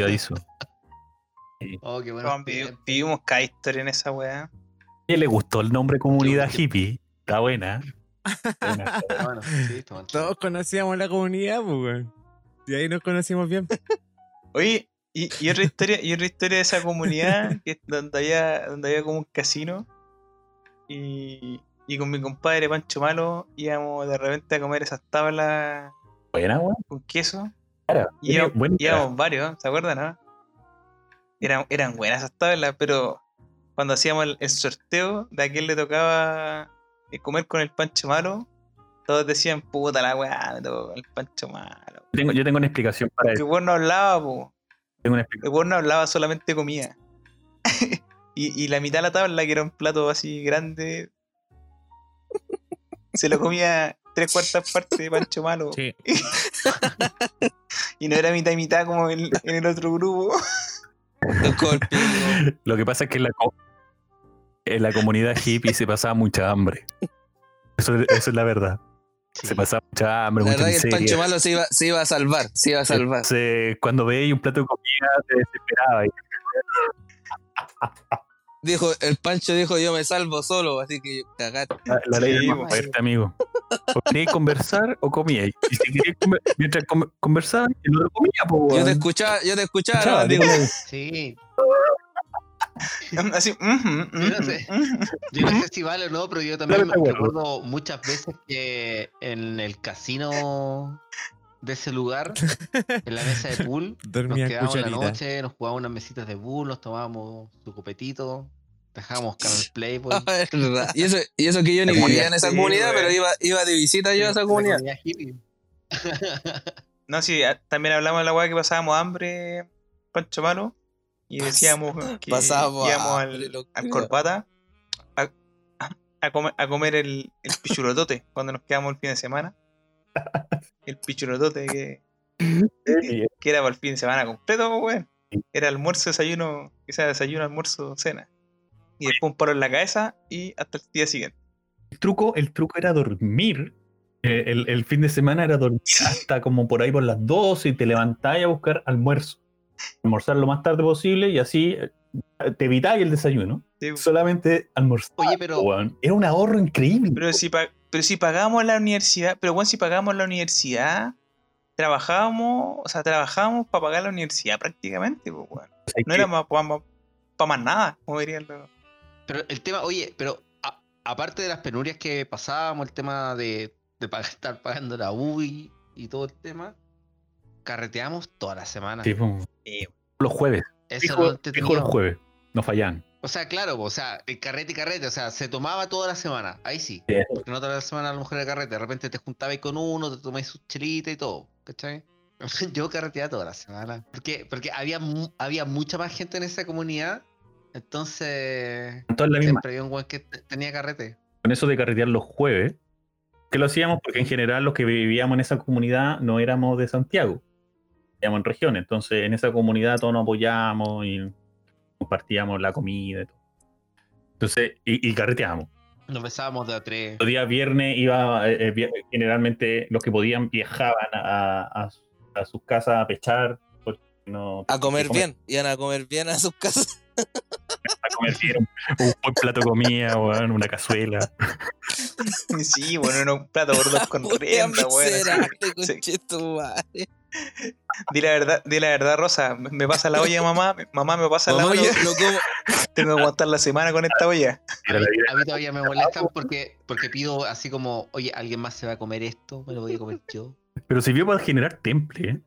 Oh, qué bueno. Vivimos cada historia en esa weá. ¿A quién le gustó el nombre comunidad hippie? Está buena. Bueno, sí, todos conocíamos la comunidad, pues, weón. Y ahí nos conocimos bien. Oye, y otra historia de esa comunidad, que donde había como un casino. Y con mi compadre Pancho Malo íbamos de repente a comer esas tablas. Buena, weón. Con queso. Claro, Y íbamos varios, ¿se acuerdan, no? Eran buenas esas tablas, pero cuando hacíamos el sorteo de a quién le tocaba comer con el Pancho Malo, todos decían, puta la weá, me tocó con el Pancho Malo. Yo tengo una explicación para eso. El weón no hablaba, po. Tengo una explicación. El weón no hablaba, solamente comía. y la mitad de la tabla, que era un plato así grande, se lo comía 3/4 partes de Pancho Malo. Sí. Y no era mitad y mitad como en el otro grupo. Lo que pasa es que en la comunidad hippie se pasaba mucha hambre. Eso es la verdad. Se pasaba mucha hambre, la mucha verdad que miseria. el Pancho Malo se iba a salvar. Cuando veía un plato de comida se desesperaba. El Pancho dijo, yo me salvo solo, así que cagate. La ley de más fuerte, amigo. O queríais conversar o comíais. Y si queríais mientras conversaban, el otro comía, pues. Yo te escuchaba, no, digo. Sí. Así, yo no sé si vale o no, pero yo también me recuerdo muchas veces que en el casino de ese lugar, en la mesa de pool, nos quedábamos la noche, nos jugábamos unas mesitas de pool, nos tomábamos su copetito, dejábamos Canal Playboy. Es verdad. Y eso que yo ni vivía en esa comunidad, pero iba de visita yo a esa comunidad. No, sí, también hablamos de la weá que pasábamos hambre, Pancho Malo. Y decíamos que íbamos al Corbata a comer el pichurotote cuando nos quedamos el fin de semana. El pichurotote que era para el fin de semana completo, weón. Era almuerzo, desayuno, desayuno, almuerzo, cena. Y después un paro en la cabeza y hasta el día siguiente. El truco era dormir. El fin de semana era dormir hasta como por ahí por las 12 y te levantabas a buscar almuerzo. Almorzar lo más tarde posible y así te evitáis el desayuno. Sí. Solamente almorzar. Oye, pero era un ahorro increíble. Pero si pagábamos la universidad, trabajábamos para pagar la universidad prácticamente, pues, bueno. No era para más nada, como dirían los. Pero el tema, aparte de las penurias que pasábamos, el tema de estar pagando la UI y todo el tema, carreteamos toda la semana. Sí, los jueves. Eso fijo los jueves, no fallan. O sea, claro, el carrete, o sea, se tomaba toda la semana, ahí sí. Porque no toda la semana a lo mejor el carrete, de repente te juntabas con uno, te tomabas su chelita y todo, ¿cachai? Yo carreteaba toda la semana. Porque había mucha más gente en esa comunidad, entonces siempre había un güey que tenía carrete. Con eso de carretear los jueves, que lo hacíamos porque en general los que vivíamos en esa comunidad no éramos de Santiago. En regiones, entonces en esa comunidad todos nos apoyamos y compartíamos la comida y todo. Entonces, y carreteábamos. Nos besábamos de a tres. Los días viernes generalmente los que podían viajaban a sus casas a pechar. A comer bien, iban a comer bien a sus casas. A comer bien, un buen plato de comida, bueno, una cazuela. Sí, bueno, era un plato gordo con rienda, bueno. Di la verdad, Rosa, me pasa la olla, mamá me pasa la olla. Tengo que aguantar la semana con esta olla. A mí todavía me molestan porque pido así como, oye, alguien más se va a comer esto, me lo voy a comer yo. Pero sirvió para generar temple,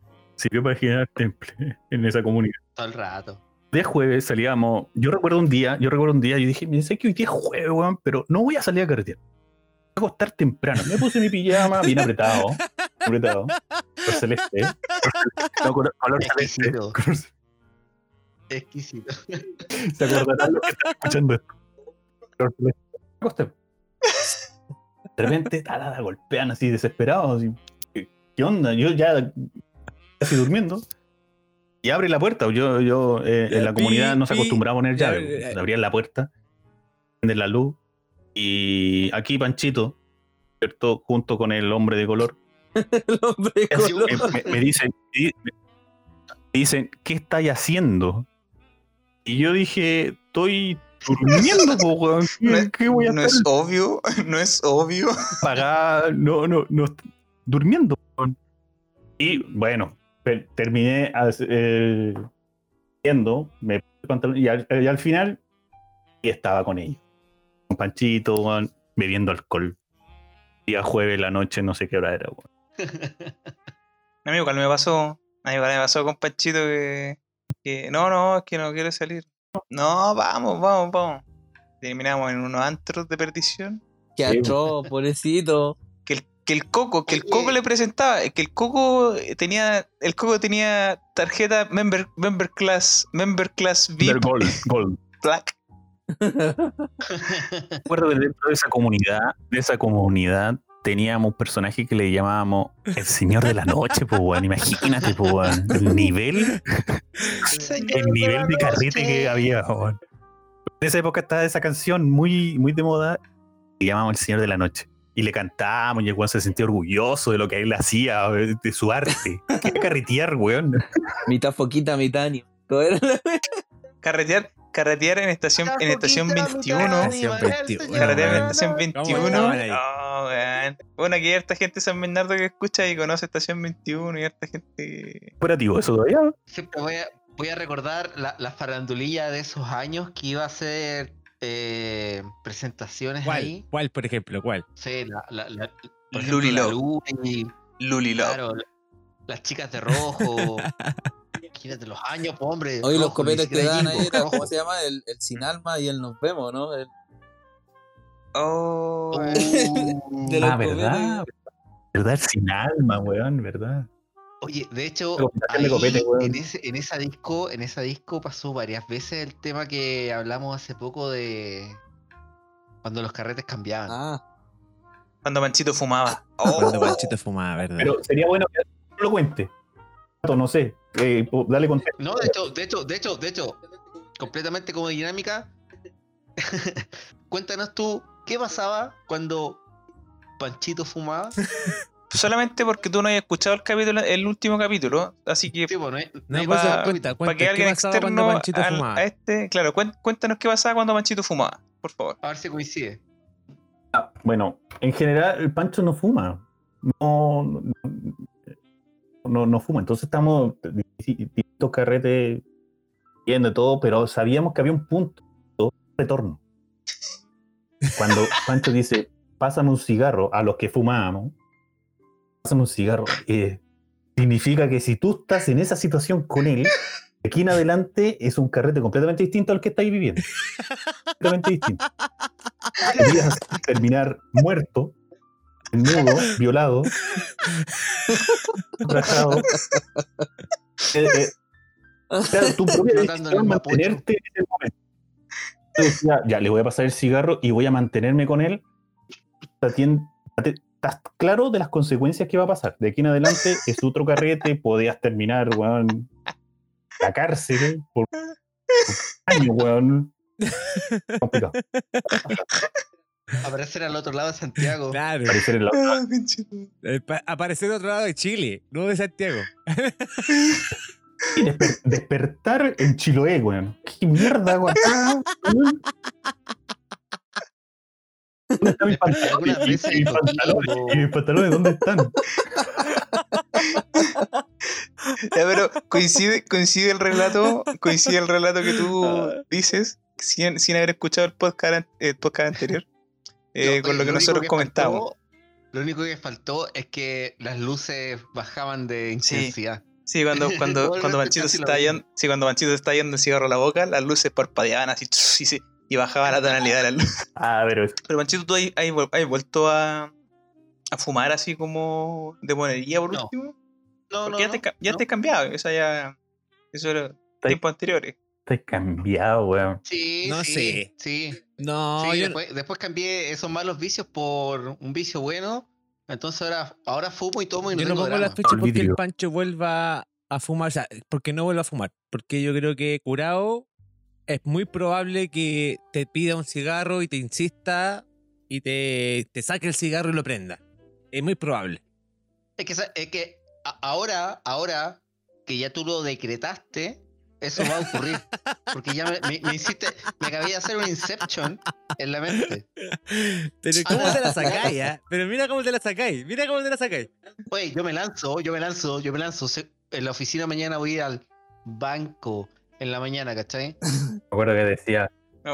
en esa comunidad. Todo el rato. Día jueves salíamos, yo recuerdo un día, yo dije, me sé que hoy día es jueves, weón, pero no voy a salir a carretear. Voy a acostar temprano. Me puse mi pijama bien apretado. Color celeste. No, color celeste. Exquisito. ¿Se acordarán los que están escuchando esto? Color celeste. Me acosté. De repente, golpean así desesperados. Así, ¿qué onda? Yo ya casi durmiendo. Y abre la puerta. Yo en la comunidad no se acostumbraba a poner llave. Abrían la puerta, prenden la luz. Y aquí Panchito, ¿cierto? Junto con el hombre de color. El hombre de color. Me dicen, ¿qué estáis haciendo? Y yo dije, estoy durmiendo, weón. ¿Qué voy a hacer? No es obvio. Pagar, no, durmiendo, weón. Y bueno, terminé yendo, me puse el pantalón y al final y estaba con ellos. Con Panchito, weón, bebiendo alcohol. Día jueves, la noche, no sé qué hora era, weón. Amigo, ¿cuál me pasó? Con Panchito que no, es que no quiero salir. No, vamos. Terminamos en unos antros de perdición. Qué antro, pobrecito. Que el Coco le presentaba, que el Coco tenía tarjeta member class VIP Gold. Black. Recuerdo que dentro de esa comunidad teníamos un personaje que le llamábamos el Señor de la Noche, pues, weón. Imagínate, pues, weón. El nivel de carrete que había, weón. En esa época estaba esa canción muy, muy de moda, que llamamos El Señor de la Noche. y le cantábamos y el weón se sentía orgulloso de lo que él hacía, de su arte. Qué carretear, weón. Mitad foquita, mitad año. Todo era Carretear en estación 21. Carretear en estación 21. No, weón. Bueno, aquí hay harta gente de San Bernardo que escucha y conoce estación 21 y harta gente. ¿Operativo eso todavía? Siempre voy a recordar la farandulilla de esos años que iba a hacer presentaciones ahí. ¿Cuál, por ejemplo? ¿Cuál? Sí, Lulilo. Lulilo. Claro, las chicas de rojo. Imagínate los años, pues, hombre. Hoy los copetes que dan ahí, ¿cómo se llama? El Sin Alma y el Nos Vemos, ¿no? De los verdad. Verdad, el Sin Alma, weón, verdad. Oye, de hecho, en esa disco pasó varias veces el tema que hablamos hace poco de cuando los carretes cambiaban. Cuando Panchito fumaba. Cuando Panchito fumaba, ¿verdad? Pero sería bueno que no lo cuente. No sé, dale contexto. No, de hecho, completamente como dinámica. Cuéntanos tú, ¿qué pasaba cuando Panchito fumaba? Solamente porque tú no hayas escuchado el último capítulo, así que cuenta, para que alguien externo a este, claro, cuéntanos qué pasaba cuando Panchito fumaba, por favor. A ver si coincide. Bueno, en general el Pancho no fuma, no fuma, entonces estamos distintos carretes viendo todo, pero sabíamos que había un punto de retorno. Cuando Pancho dice, pásame un cigarro a los que fumábamos, pásame un cigarro, significa que si tú estás en esa situación con él, de aquí en adelante es un carrete completamente distinto al que estáis viviendo. Completamente distinto. Podrías terminar muerto, desnudo, violado, rajado. Tu propia decisión mantenerte en ese momento. Decía, ya, le voy a pasar el cigarro y voy a mantenerme con él. Estás claro de las consecuencias que va a pasar. De aquí en adelante es otro carrete, podías terminar, weón, la cárcel por años, weón. Complicado. Aparecer al otro lado de Santiago. Claro. Aparecer en la otra. Aparecer al otro lado de Chile, no de Santiago. Y despertar en Chiloé, weón. ¿Qué mierda, weón? ¿Dónde están mis pantalones? ¿Y mis pantalones dónde están? Ya, pero coincide el relato que tú dices sin haber escuchado el podcast anterior. Con lo que nosotros comentamos. Lo único que faltó es que las luces bajaban de intensidad. Sí, cuando Panchito se está yendo, el cigarro a la boca, las luces parpadeaban así y bajaba la tonalidad de la luz. Pero Panchito, ¿tú has vuelto a fumar así como de monería por último? No, ya te has cambiado, eso era tiempos anteriores. Te cambiado, weón. Sí. No, sí, después cambié esos malos vicios por un vicio bueno. Entonces ahora fumo y tomo y no yo tengo no pongo drama. las fechas porque el Pancho vuelva a fumar. O sea, porque no vuelva a fumar. Porque yo creo que curado es muy probable que te pida un cigarro y te insista y te saque el cigarro y lo prenda. Es muy probable. Es que ahora que ya tú lo decretaste, eso va a ocurrir. Porque ya me hiciste, me acabé de hacer un Inception en la mente. Pero ¿cómo te la sacáis, ya? Pero mira cómo te la sacáis. Oye, yo me lanzo. En la oficina mañana voy a ir al banco en la mañana, ¿cachai? Me acuerdo que decía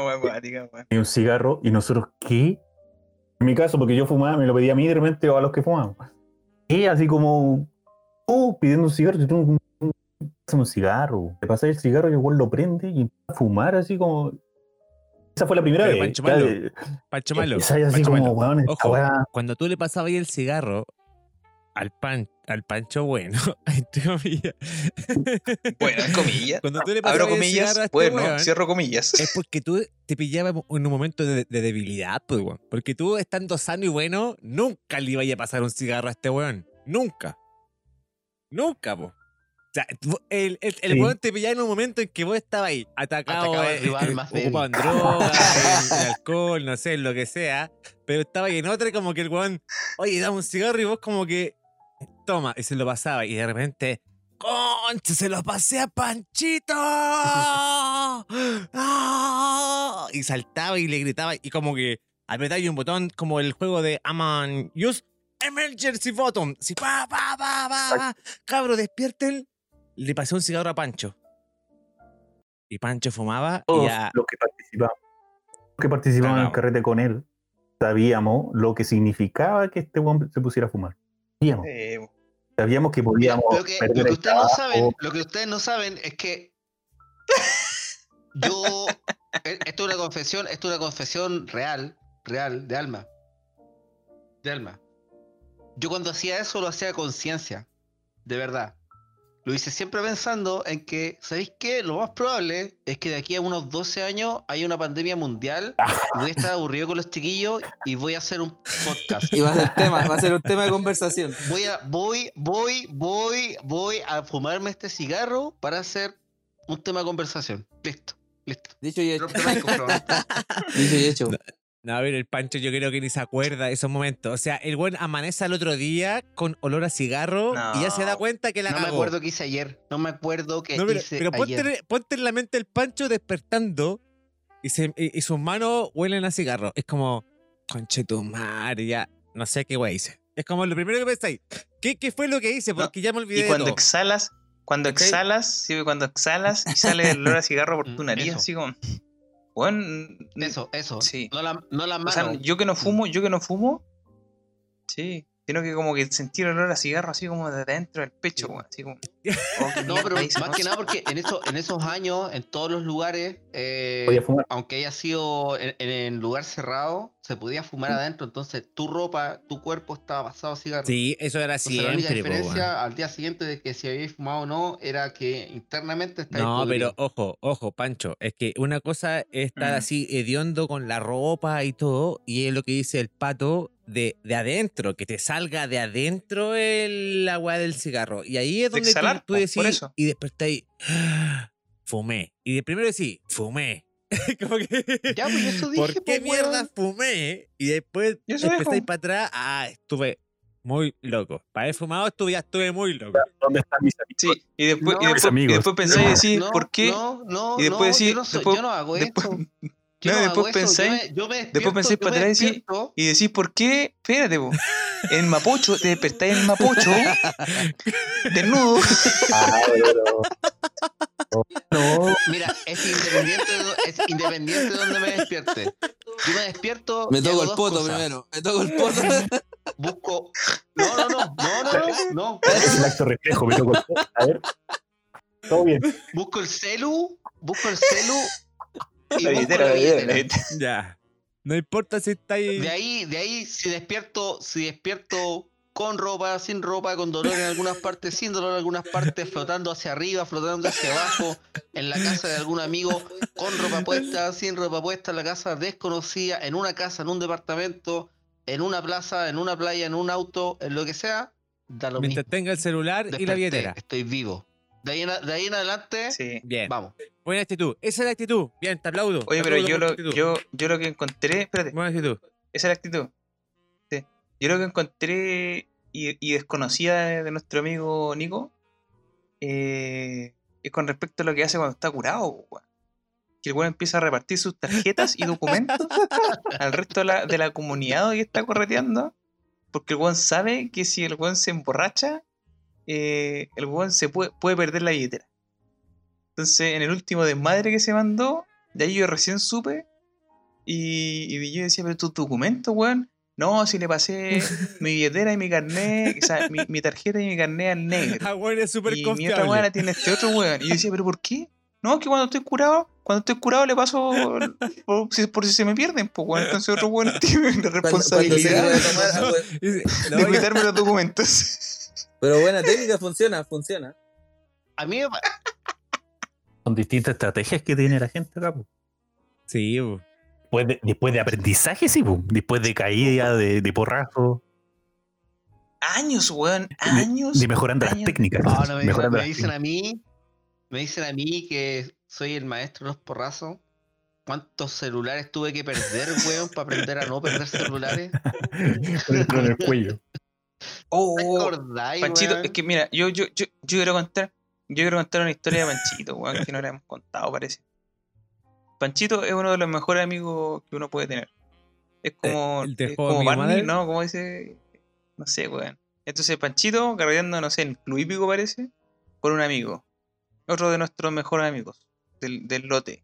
y un cigarro y nosotros, ¿qué? En mi caso, porque yo fumaba, me lo pedía a mí de repente o a los que fumábamos. Y así como, pidiendo un cigarro, yo tengo un cigarro. Te pasa el cigarro y el güey lo prende y empieza a fumar así como. Esa fue la primera vez. Pancho Malo. Así como, weón, ojo, cuando tú le pasabas ahí el cigarro al Pancho bueno, entre comillas. Bueno, en comillas. Cuando tú le pasabas el cigarro a este weón, cierro comillas. Es porque tú te pillabas en un momento de debilidad, pues, weón. Porque tú, estando sano y bueno, nunca le ibas a pasar un cigarro a este weón. Nunca, po. O sea, el weón te pillaba en un momento en que vos estabas ahí, atacado ocupado en droga, en alcohol, no sé, en lo que sea, pero estaba ahí en otra como que el weón, oye, dame un cigarro y vos como que, toma, y se lo pasaba y de repente, ¡concha, se lo pasé a Panchito! ¡Ah! Y saltaba y le gritaba y como que apretaba un botón como el juego de Aman Use Emergency Button. Si cabro, despierten. Le pasé un cigarro a Pancho. Y Pancho fumaba. Todos y ya... los que participaban en el carrete con él sabíamos lo que significaba que este hombre se pusiera a fumar. Sabíamos que podíamos. Lo que ustedes no saben es que yo. Esto es una confesión real, de alma. Yo cuando hacía eso lo hacía a conciencia, de verdad. Lo hice siempre pensando en que, ¿sabéis qué? Lo más probable es que de aquí a unos 12 años haya una pandemia mundial y voy a estar aburrido con los chiquillos y voy a hacer un podcast. Y va a ser un tema de conversación. Voy a fumarme este cigarro para hacer un tema de conversación. Listo. Dicho y hecho. Dicho y hecho. No, a ver, el Pancho yo creo que ni se acuerda de esos momentos. O sea, el buen amanece al otro día con olor a cigarro y ya se da cuenta que la cagó. No me acuerdo qué hice ayer. Pero ponte en la mente el Pancho despertando y sus manos huelen a cigarro. Es como, conchetumare, ya. No sé qué wey hice. Es como lo primero que pensáis. ¿Qué fue lo que hice? Porque ya me olvidé de todo. Cuando exhalas y sale el olor a cigarro por tu nariz, así como... Bueno, eso. Sí. No la mano. O sea, yo que no fumo, sí. Sino que como que sentí el olor a cigarro así como de dentro del pecho, güey. Así como. No, pero más que nada porque en esos años, en todos los lugares, aunque haya sido en lugar cerrado, se podía fumar adentro. Entonces tu ropa, tu cuerpo estaba pasado a cigarro. Sí, eso era siempre. La única diferencia al día siguiente de que si habíais fumado o no era que internamente estáis podrido. Pero ojo, Pancho, es que una cosa es estar así hediondo con la ropa y todo, y es lo que dice el Pato de adentro, que te salga de adentro la weá del cigarro. Y ahí es donde tú decís y despertáis, fumé. Y de primero decís, fumé. Como que, ya, pues eso dije, ¿por qué mierda fumé? Y después empezáis para atrás, estuve muy loco. Para haber fumado estuve muy loco. ¿Dónde están mis amigos? Sí, y después pensáis y decís, ¿por qué? No, y después decís, yo no hago eso. Después pensáis para atrás y decís, ¿por qué? Espérate, vos. En Mapocho, te despertáis en Mapocho, desnudo. No. Mira, es independiente de donde me despierte. Yo me despierto. Me toco el poto primero. Busco. No. Es el acto reflejo, me toco el poto. A ver. Todo bien. Busco el celu. La billetera. Ya. No importa si estáis. De ahí, si despierto con ropa, sin ropa, con dolor en algunas partes, sin dolor en algunas partes, flotando hacia arriba, flotando hacia abajo, en la casa de algún amigo, con ropa puesta, sin ropa puesta, en la casa desconocida, en una casa, en un departamento, en una plaza, en una playa, en un auto, en lo que sea, da lo mientras mismo. tenga el celular Desperté, y la billetera. Estoy vivo. De ahí en adelante, sí. Bien. Vamos. Buena actitud. Esa es la actitud. Bien, te aplaudo. Oye, pero yo lo que encontré... Espérate. Buena actitud. Esa es la actitud. Sí. Yo lo que encontré y desconocía de nuestro amigo Nico es con respecto a lo que hace cuando está curado, güey. Que el güey empieza a repartir sus tarjetas y documentos al resto de la comunidad que está correteando, porque el güey sabe que si el güey se emborracha, el güey se puede perder la billetera. Entonces, en el último desmadre que se mandó, de ahí yo recién supe y yo decía, pero tus documentos, weón. No, si le pasé mi billetera y mi carnet, o sea, mi tarjeta y mi carnet al negro. Ah, weón, es súper confiable. Y mi otra weón la tiene este otro weón. Y yo decía, ¿pero por qué? No, es que cuando estoy curado le paso por si se me pierden, pues weón. Entonces otro weón tiene la responsabilidad de cuidarme los documentos. Pero buena técnica, funciona. A mí son distintas estrategias que tiene la gente acá, pues. Sí, Después de aprendizaje, sí, pues. Después de caída, de porrazo. Años, weón. Años. Y mejorando las técnicas. No, me dicen a mí que soy el maestro de los porrazos. ¿Cuántos celulares tuve que perder, weón, para aprender a no perder celulares? Con el cuello. Panchito, weón? Es que mira, yo quiero contar una historia de Panchito, weón, que no la hemos contado, parece. Panchito es uno de los mejores amigos que uno puede tener. Es como Barney, ¿no? Como dice, no sé, weón. Entonces Panchito cargando, no sé, en el Club Hípico parece, con un amigo. Otro de nuestros mejores amigos del lote.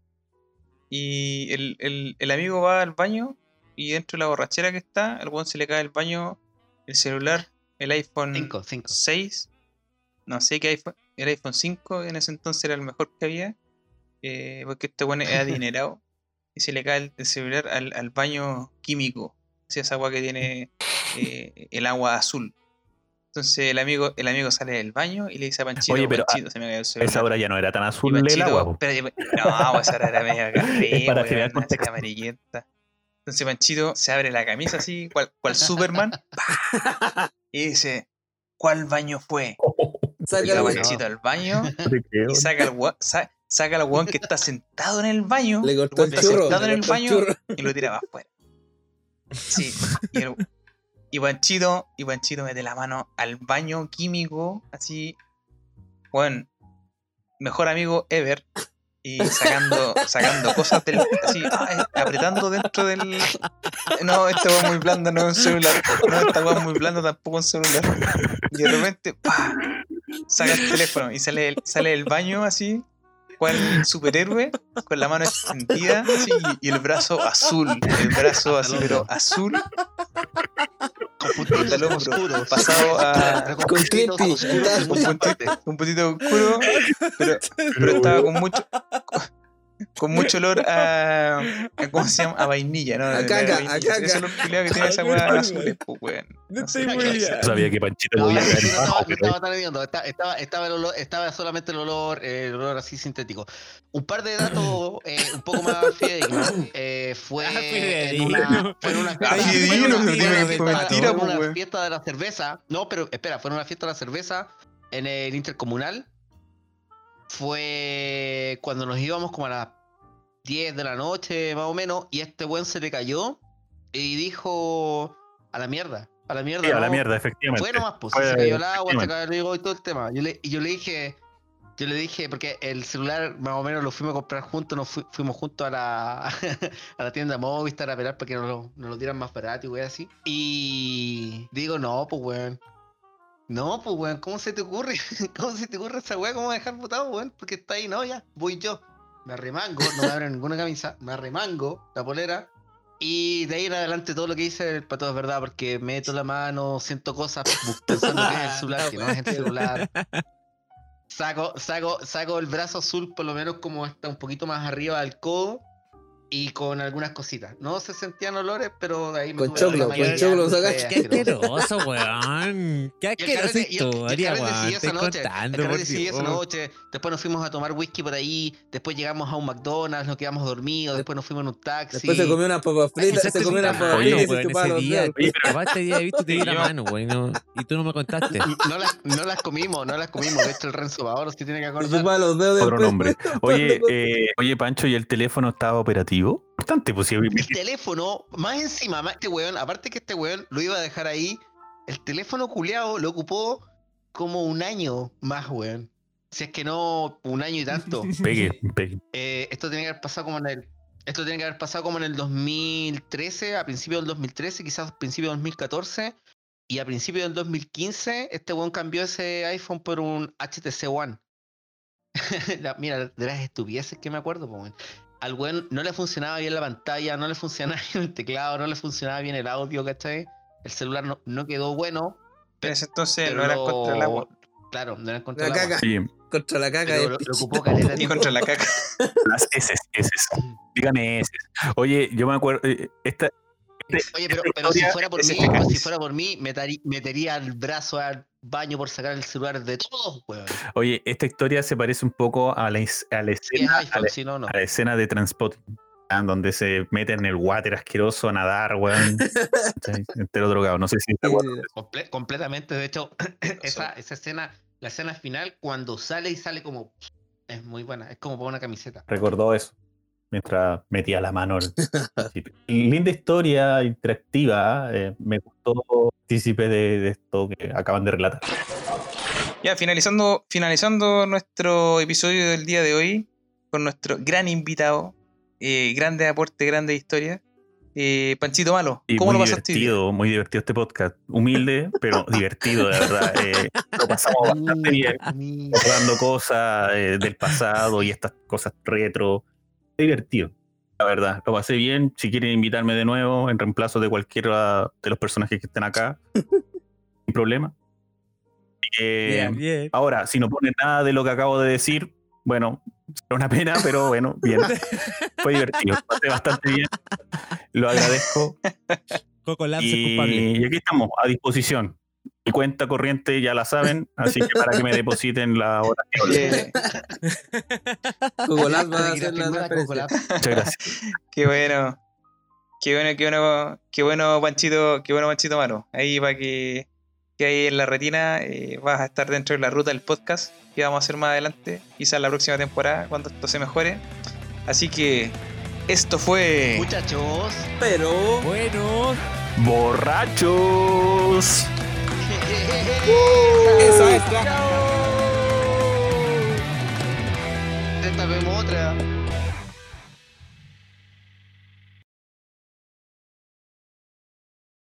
Y el amigo va al baño y dentro de la borrachera que está, al weón se le cae el baño, el celular, el iPhone 6. No sé qué iPhone. El iPhone 5 en ese entonces era el mejor que había. Porque este weón es adinerado. Y se le cae el celular al baño químico. O sea, esa agua que tiene el agua azul. Entonces el amigo sale del baño y le dice a Panchito, oye, pero Panchito, se me cayó el celular. Esa hora ya no era tan azul Panchito, el agua. Pero, no, esa hora era media café, es para crear contexto. Amarillenta. Entonces Panchito se abre la camisa así, cual Superman, y dice, ¿cuál baño fue? Saca Panchito al baño y saca al weón que está sentado en el baño. Le cortó el churro. Sentado en el baño y lo tira para afuera. Sí, y Panchito mete la mano al baño químico, así, bueno, mejor amigo ever, y sacando cosas del, así, apretando dentro del... No, esta weá es muy blanda, no es un celular. No, esta weá es muy blanda, tampoco es un celular. Y de repente, ¡pah! Saca el teléfono y sale del baño así, cual superhéroe, con la mano extendida así, y el brazo azul. El brazo así, pero azul. Con pantalón oscuro, pasado a... Con un puntito oscuro, pero estaba con mucho olor a ¿cómo se llama? A vainilla, ¿no? A caca. Ese es el olor culiado que tiene esa weá azul, pues, weón. No estoy muy bien. Sabía que Panchito podía caer bajo, estaba solamente el olor así sintético. Un par de datos un poco más fidedignos. Fue en una fiesta de la cerveza. No, pero espera, fue en una fiesta de la cerveza en el Intercomunal. Fue cuando nos íbamos como a las 10 de la noche, más o menos, y este buen se le cayó y dijo a la mierda. Sí, a la mierda, efectivamente. Fue nomás, pues, se cayó el agua, se cayó el higo y todo el tema. Yo le dije, porque el celular más o menos lo fuimos a comprar juntos, fuimos juntos a la tienda Movistar a pelar para que nos lo dieran más barato y wey así. Y digo, no, pues weón, ¿cómo se te ocurre? ¿Cómo se te ocurre esa weá? ¿Cómo dejar botado, weón? Porque está ahí, no, ya, voy yo. Me arremango, no me abren ninguna camisa, me arremango la polera. Y de ahí en adelante todo lo que hice el pato es verdad, porque meto la mano, siento cosas pensando que es el celular, que no es el celular. Saco el brazo azul, por lo menos como está un poquito más arriba del codo. Y con algunas cositas. No se sentían olores, pero de ahí me con choclo sacaste. Qué asqueroso, weón. Qué asquerosa historia, weón. Esa noche. Después nos fuimos a tomar whisky por ahí. Después llegamos a un McDonald's, nos quedamos dormidos. Después nos fuimos en un taxi. Después se comió unas papas fritas. Ese día he visto te di la mano, weón. Y tú no me contaste. No las comimos. De hecho, el Renzo Bavaro sí tiene que acordar. Otro nombre. Oye, Pancho, ¿y el teléfono estaba operativo? Bastante posible. El teléfono, más encima, este weón, aparte que este weón lo iba a dejar ahí, el teléfono culiao lo ocupó como un año más, weón. Si es que no, un año y tanto. Pegue. Esto tiene que haber pasado como en el 2013, a principios del 2013, quizás a principios del 2014, y a principios del 2015, este weón cambió ese iPhone por un HTC One. Mira, de las estupideces que me acuerdo, pues, weón. Al weón no le funcionaba bien la pantalla, no le funcionaba bien el teclado, no le funcionaba bien el audio, ¿cachai? El celular no quedó bueno. Pero ese entonces no era contra el agua. Claro, no era contra la el caca. agua. Sí. Contra la caca. Lo ocupó caleta. Y contra la caca. Las S. Dígame S. Oye, yo me acuerdo... Pero si fuera por mí, metería el brazo al baño por sacar el celular de todos, weón. Oye, esta historia se parece un poco a la escena de Transpotting. donde se mete en el water asqueroso a nadar, weón. Entero drogado, no sé si te acuerdas. Completamente, de hecho, esa escena, la escena final, cuando sale como... Es muy buena, es como para una camiseta. Recordó eso, mientras metía la mano. Linda historia, interactiva, me gustó el partícipe de esto que acaban de relatar. Ya, finalizando nuestro episodio del día de hoy, con nuestro gran invitado, grande aporte, grande historia, Panchito Malo. ¿Cómo lo pasaste? Muy divertido este podcast. Humilde, pero divertido, de verdad. Lo pasamos bastante bien, recordando cosas del pasado y estas cosas retro. Divertido, la verdad. Lo pasé bien. Si quieren invitarme de nuevo en reemplazo de cualquiera de los personajes que estén acá, sin problema. Bien. Ahora, si no ponen nada de lo que acabo de decir, bueno, será una pena, pero bueno, bien. Fue divertido, pasé bastante bien. Lo agradezco. Coco Labs es culpable. Y aquí estamos, a disposición. Mi cuenta corriente ya la saben, así que para que me depositen la hora que hable. Coco Labs va a hacer la transferencia. Muchas gracias. Qué bueno, Panchito Malo. Ahí para que ahí en la retina vas a estar dentro de la ruta del podcast que vamos a hacer más adelante, quizás la próxima temporada cuando esto se mejore. Así que esto fue, muchachos, pero bueno, borrachos. Esa es. Esta vemos otra.